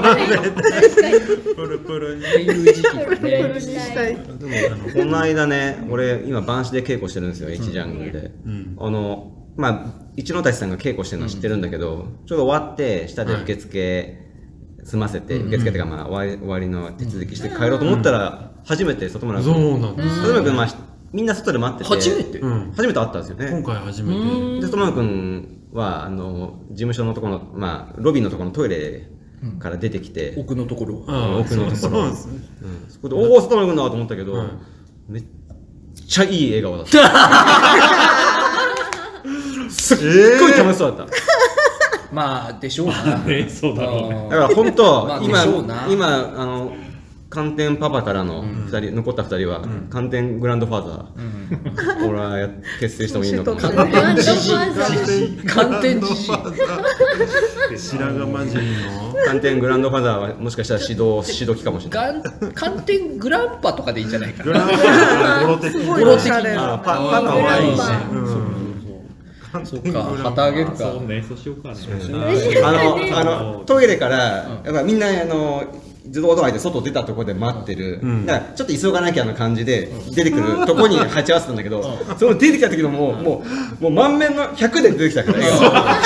ルプルに。 っていう時期がね。 プルにしたい。 でもこの間ね、俺今晩子で稽古してるんですよ、Hジャングルで。まあ一ノ谷さんが稽古してるのは知ってるんだけど、ちょうど終わって下で受付済ませて、受付っていうかまあ終わりの手続きして帰ろうと思ったら、初めて里村君。 そうなんです。 里村君みんな外で待ってて。 初めて会ったんですよね。 今回初めて。 で、里村君は事務所のところの、まあロビーのところのトイレから出てきて、 奥のところ。 奥のところ。そこで、おお、里村君だと思ったけど、めっちゃいい笑顔だった。すっごい楽しそうだった。 まあでしょうな。 そうだろうね。 だから本当、今寒天パパからの2人、残った2人は寒天グランドファーザー。俺は結成してもいいのかもしれない。 寒天じじい。 白髪混じりの寒天グランドファーザーはもしかしたら指導期かもしれない。 寒天グランパとかでいいんじゃないかな。 グランパゴロ的に。 ゴロ的に。 パパはいいし。 そうか、旗あげるか。 そうね、そうしようかね。 トイレからやっぱみんな自動ドアで外出たところで待ってる。だからちょっと急がなきゃの感じで出てくるとこに鉢合わせたんだけど、その出てきた時のもう満面の100で出てきたから笑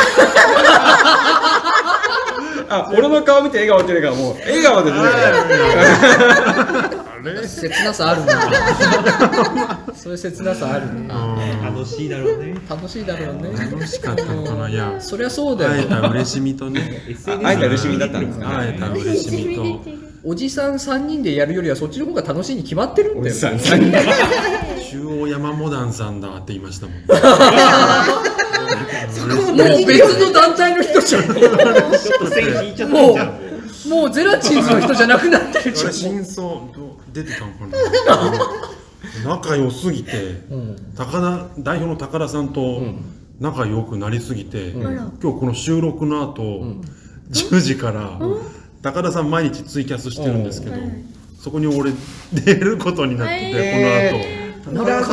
顔。俺の顔見て笑顔っていうかもう笑顔で出てきた。 切なさあるな。そういう切なさあるね。 楽しいだろうね。 楽しいだろうね。 楽しかったのかな。いや、 そりゃそうだよ。 会えた嬉しみとね。 会えた嬉しみだったんですか。 会えた嬉しみと。 おじさん3人でやるよりはそっちの方が楽しいに決まってるんだよ。 中央山モダンさんだって言いましたもん。もう別の団体の人じゃん。もうゼラチンズの人じゃなくなってるじゃん。 真相出てたのかな。仲良すぎて、代表の高田さんと仲良くなりすぎて、今日この収録の後、10時から高田さん毎日ツイキャスしてるんですけど、そこに俺出ることになってて、この後。こ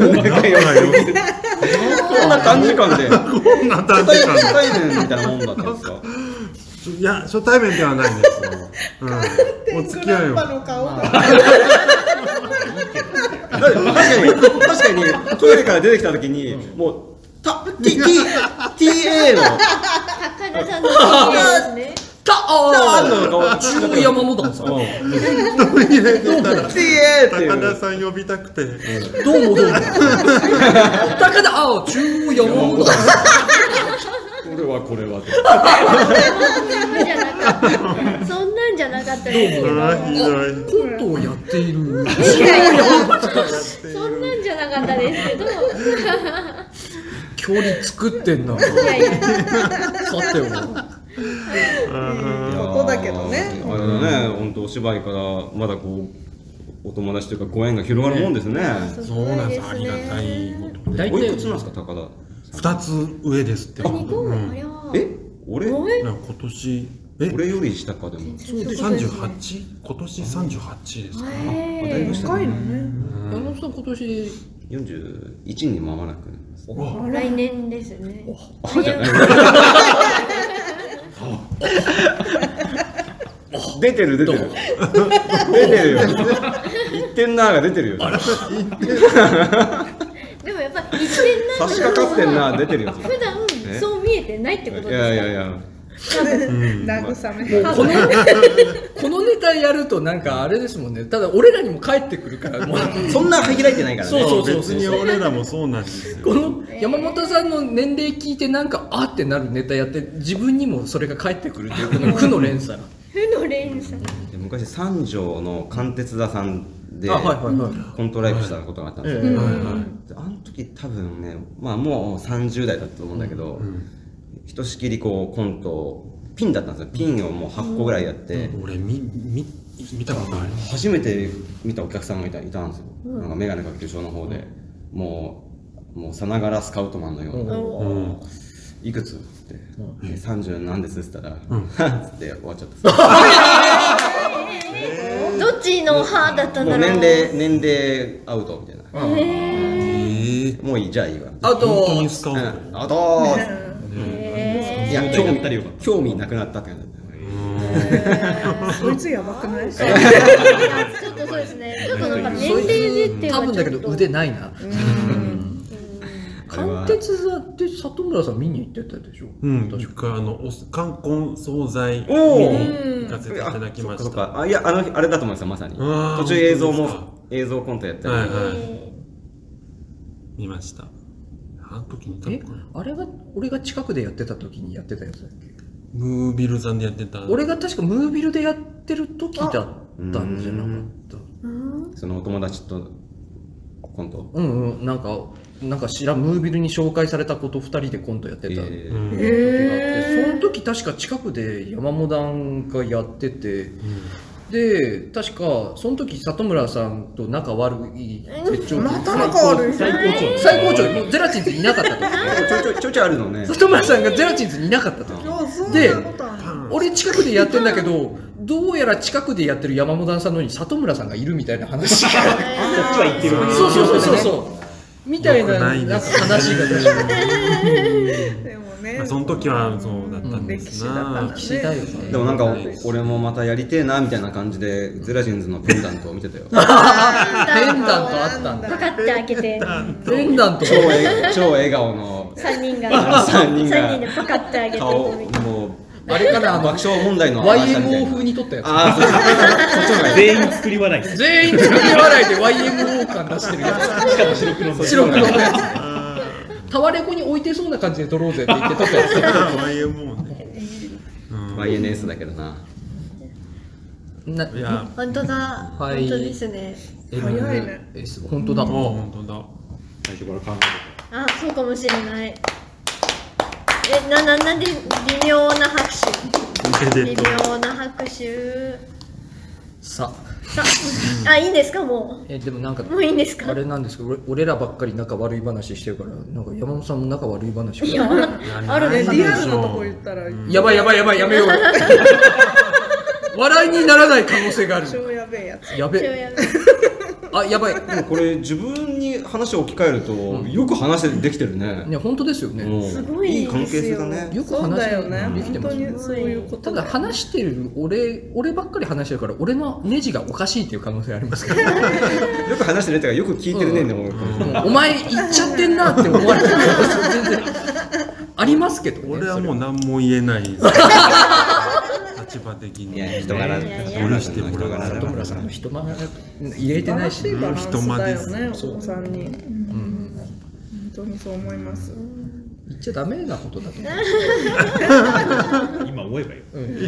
んな短時間で。 こんな短時間で。 初対面みたいなもんだったんですか？ いや、初対面ではないんですよ。お付き合いを。 確かにトイレから出てきたときに、もう、TA の高田さんの TA ですね。 中山モダンさん。 高田さん呼びたくて。 どうも。高田、中山モダンさん。 これは。 そんなんじゃなかったですけど。コントをやっている。 そんなんじゃなかったですけど。 距離作ってんな。さては。 ここだけどね。 あれだね、本当お芝居からまだこうお友達というかご縁が広がるもんですね。 そうなんです。ありがたいことで。 おいくつなんですか、高田？ 2つ上ですって。 俺？ 今年俺より下かでも。 38？今年38ですか。 だいぶ近いのね。 山本さん今年 41に間もなく。 来年ですね。 出てるよ。言ってんなーが出てるよ。 でもやっぱ言ってんな差し掛かってんなー出てるよ。 普段そう見えてないってことですか？ いや。 慰め。 このネタやるとなんかあれですもんね。ただ俺らにも返ってくるからもうそんな入られてないからね。 そう別に俺らもそうなんですよ。 この山本さんの年齢聞いてなんかあってなるネタやって自分にもそれが返ってくるっていうこの負の連鎖。 負の連鎖。 昔三条の貫徹座さんでコントライブしたことがあったんですよ。あの時多分ね、まあもう30代だったと思うんだけど。ひとしきりこうコントピンだったんですよ。ピンをもう8個ぐらいやって、 俺見たことある。 初めて見たお客さんがいたんですよ。なんか眼鏡かけて後ろの方で、もうさながらスカウトマンのような。いくつって30何ですって言ったら、って終わっちゃった。 どっちの歯だったんだろう。 年齢アウトみたいな。もういい、じゃあいいわ。 あと本当にスカウト。 あといや、興味なくなったって感じだった。 そいつやばくない？ ちょっとそうですね。ちょっとなんか年齢でって多分だけど腕ないな。貫徹座って里村さん見に行ってたでしょ。 確か冠婚葬祭見に行かせていただきました。 いや、あれだと思いますよ、まさに。途中映像コントやったり。 見ました。あの時にあれが俺が近くでやってた時にやってたやつだっけ？ ムービルさんでやってた。 俺が確かムービルでやってる時だったんじゃなかった。 そのお友達とコント。 なんか知らんムービルに紹介された子と2人でコントやってた時があって、その時確か近くで山モダンがやってて。で確かその時里村さんと仲悪い絶頂期、最高潮もうゼラチンズいなかった時ちょいちょいあるのね。 里村さんがゼラチンズにいなかった時で、俺近くでやってんだけどどうやら近くでやってる山モダンさんのに里村さんがいるみたいな話がこっちは言ってる。 そうみたいななんか話が出てでもね、 その時はそうだったんですな。 歴史だよね。 でもなんか俺もまたやりてえなみたいな感じでゼラチンズのペンダントを見てたよ。 ペンダントあったんだ。 パカって開けてペンダント超笑顔の 3人でパカって開けて顔もうあれかな、 爆笑問題の YMO 風に撮ったやつ。 全員作り笑い。 全員作り笑いで YMO 感出してるやつ。 しかも白黒のやつ。タワレコに置いてそうな感じで撮ろうぜって言って撮ったやつ。 YMO ね。 YNS だけどな。 本当だ。本当ですね。 早いね。 本当だ。 本当だ。 最初から考えあ、そうかもしれない。なんで微妙な拍手。微妙な拍手。 さあ、いいんですかもう。 でもなんかもういいんですか。 あれなんですけど、俺らばっかり仲悪い話してるから、なんか山本さんも仲悪い話。 いや、あるね。 リアルなとこ言ったら。 やばいやめよう。笑いにならない可能性がある。 超やべえやつ。 やべえ。あ、やばい。 でもこれ自分に話を置き換えると、よく話できてるね。 ね、本当ですよね。 すごいいい関係性だね。 よく話できてますね。 そういうこと。 ただ話してる俺ばっかり話してるから、俺のネジがおかしいっていう可能性ありますけど。 よく話してるってかよく聞いてるねでも。 お前言っちゃってんなって思われてる全然ありますけど。 俺はもう何も言えない。立場的に人柄許してもらう。 里村さんの人間入れてないし、 人間だよね、お子さんに。本当にそう思います。 言っちゃダメなことだと思う。今思えばよ。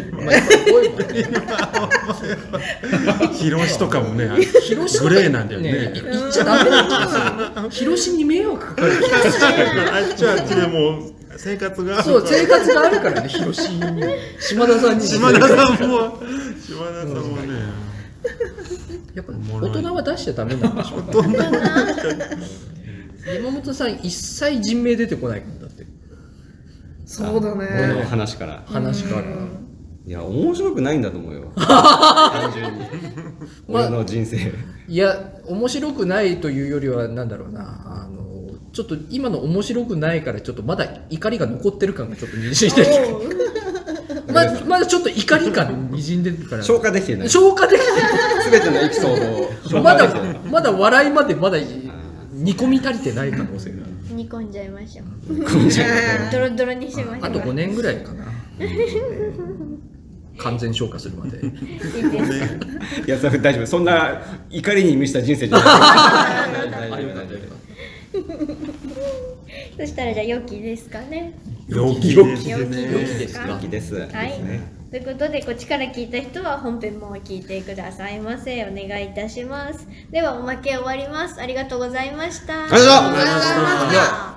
ヒロシとかもね、グレーなんだよね。 言っちゃダメな気がする。ヒロシに迷惑かかる気がする。 あっちはあっちでも生活がそう、生活があるからね、ヒロシに。島田さんに。 島田さんもね。 やっぱ大人は出しちゃダメなんでしょう。山本さん一切人名出てこないからだって。 そうだね。 話から。いや面白くないんだと思うよ。単純に。俺の人生。 いや面白くないというよりはなんだろうな、ちょっと今の面白くないからちょっとまだ怒りが残ってる感がちょっとにじんでる。まだちょっと怒り感にじんでるから。 消化できてない。 消化できてない。 すべてのエピソードを消化できてない。まだ笑いまでまだ煮込み足りてない可能性が。 煮込んじゃいましょう。 ドロドロにしましょう。 あと5年ぐらいかな。完全消化するまで。いや、大丈夫。そんな怒りに満ちた人生じゃない。大丈夫。 そしたらじゃあ良きですかね。 良きです。 はい。ということでこっちから聞いた人は本編も聞いてくださいませ。お願いいたします。ではおまけ終わります。ありがとうございました。 ありがとうございました。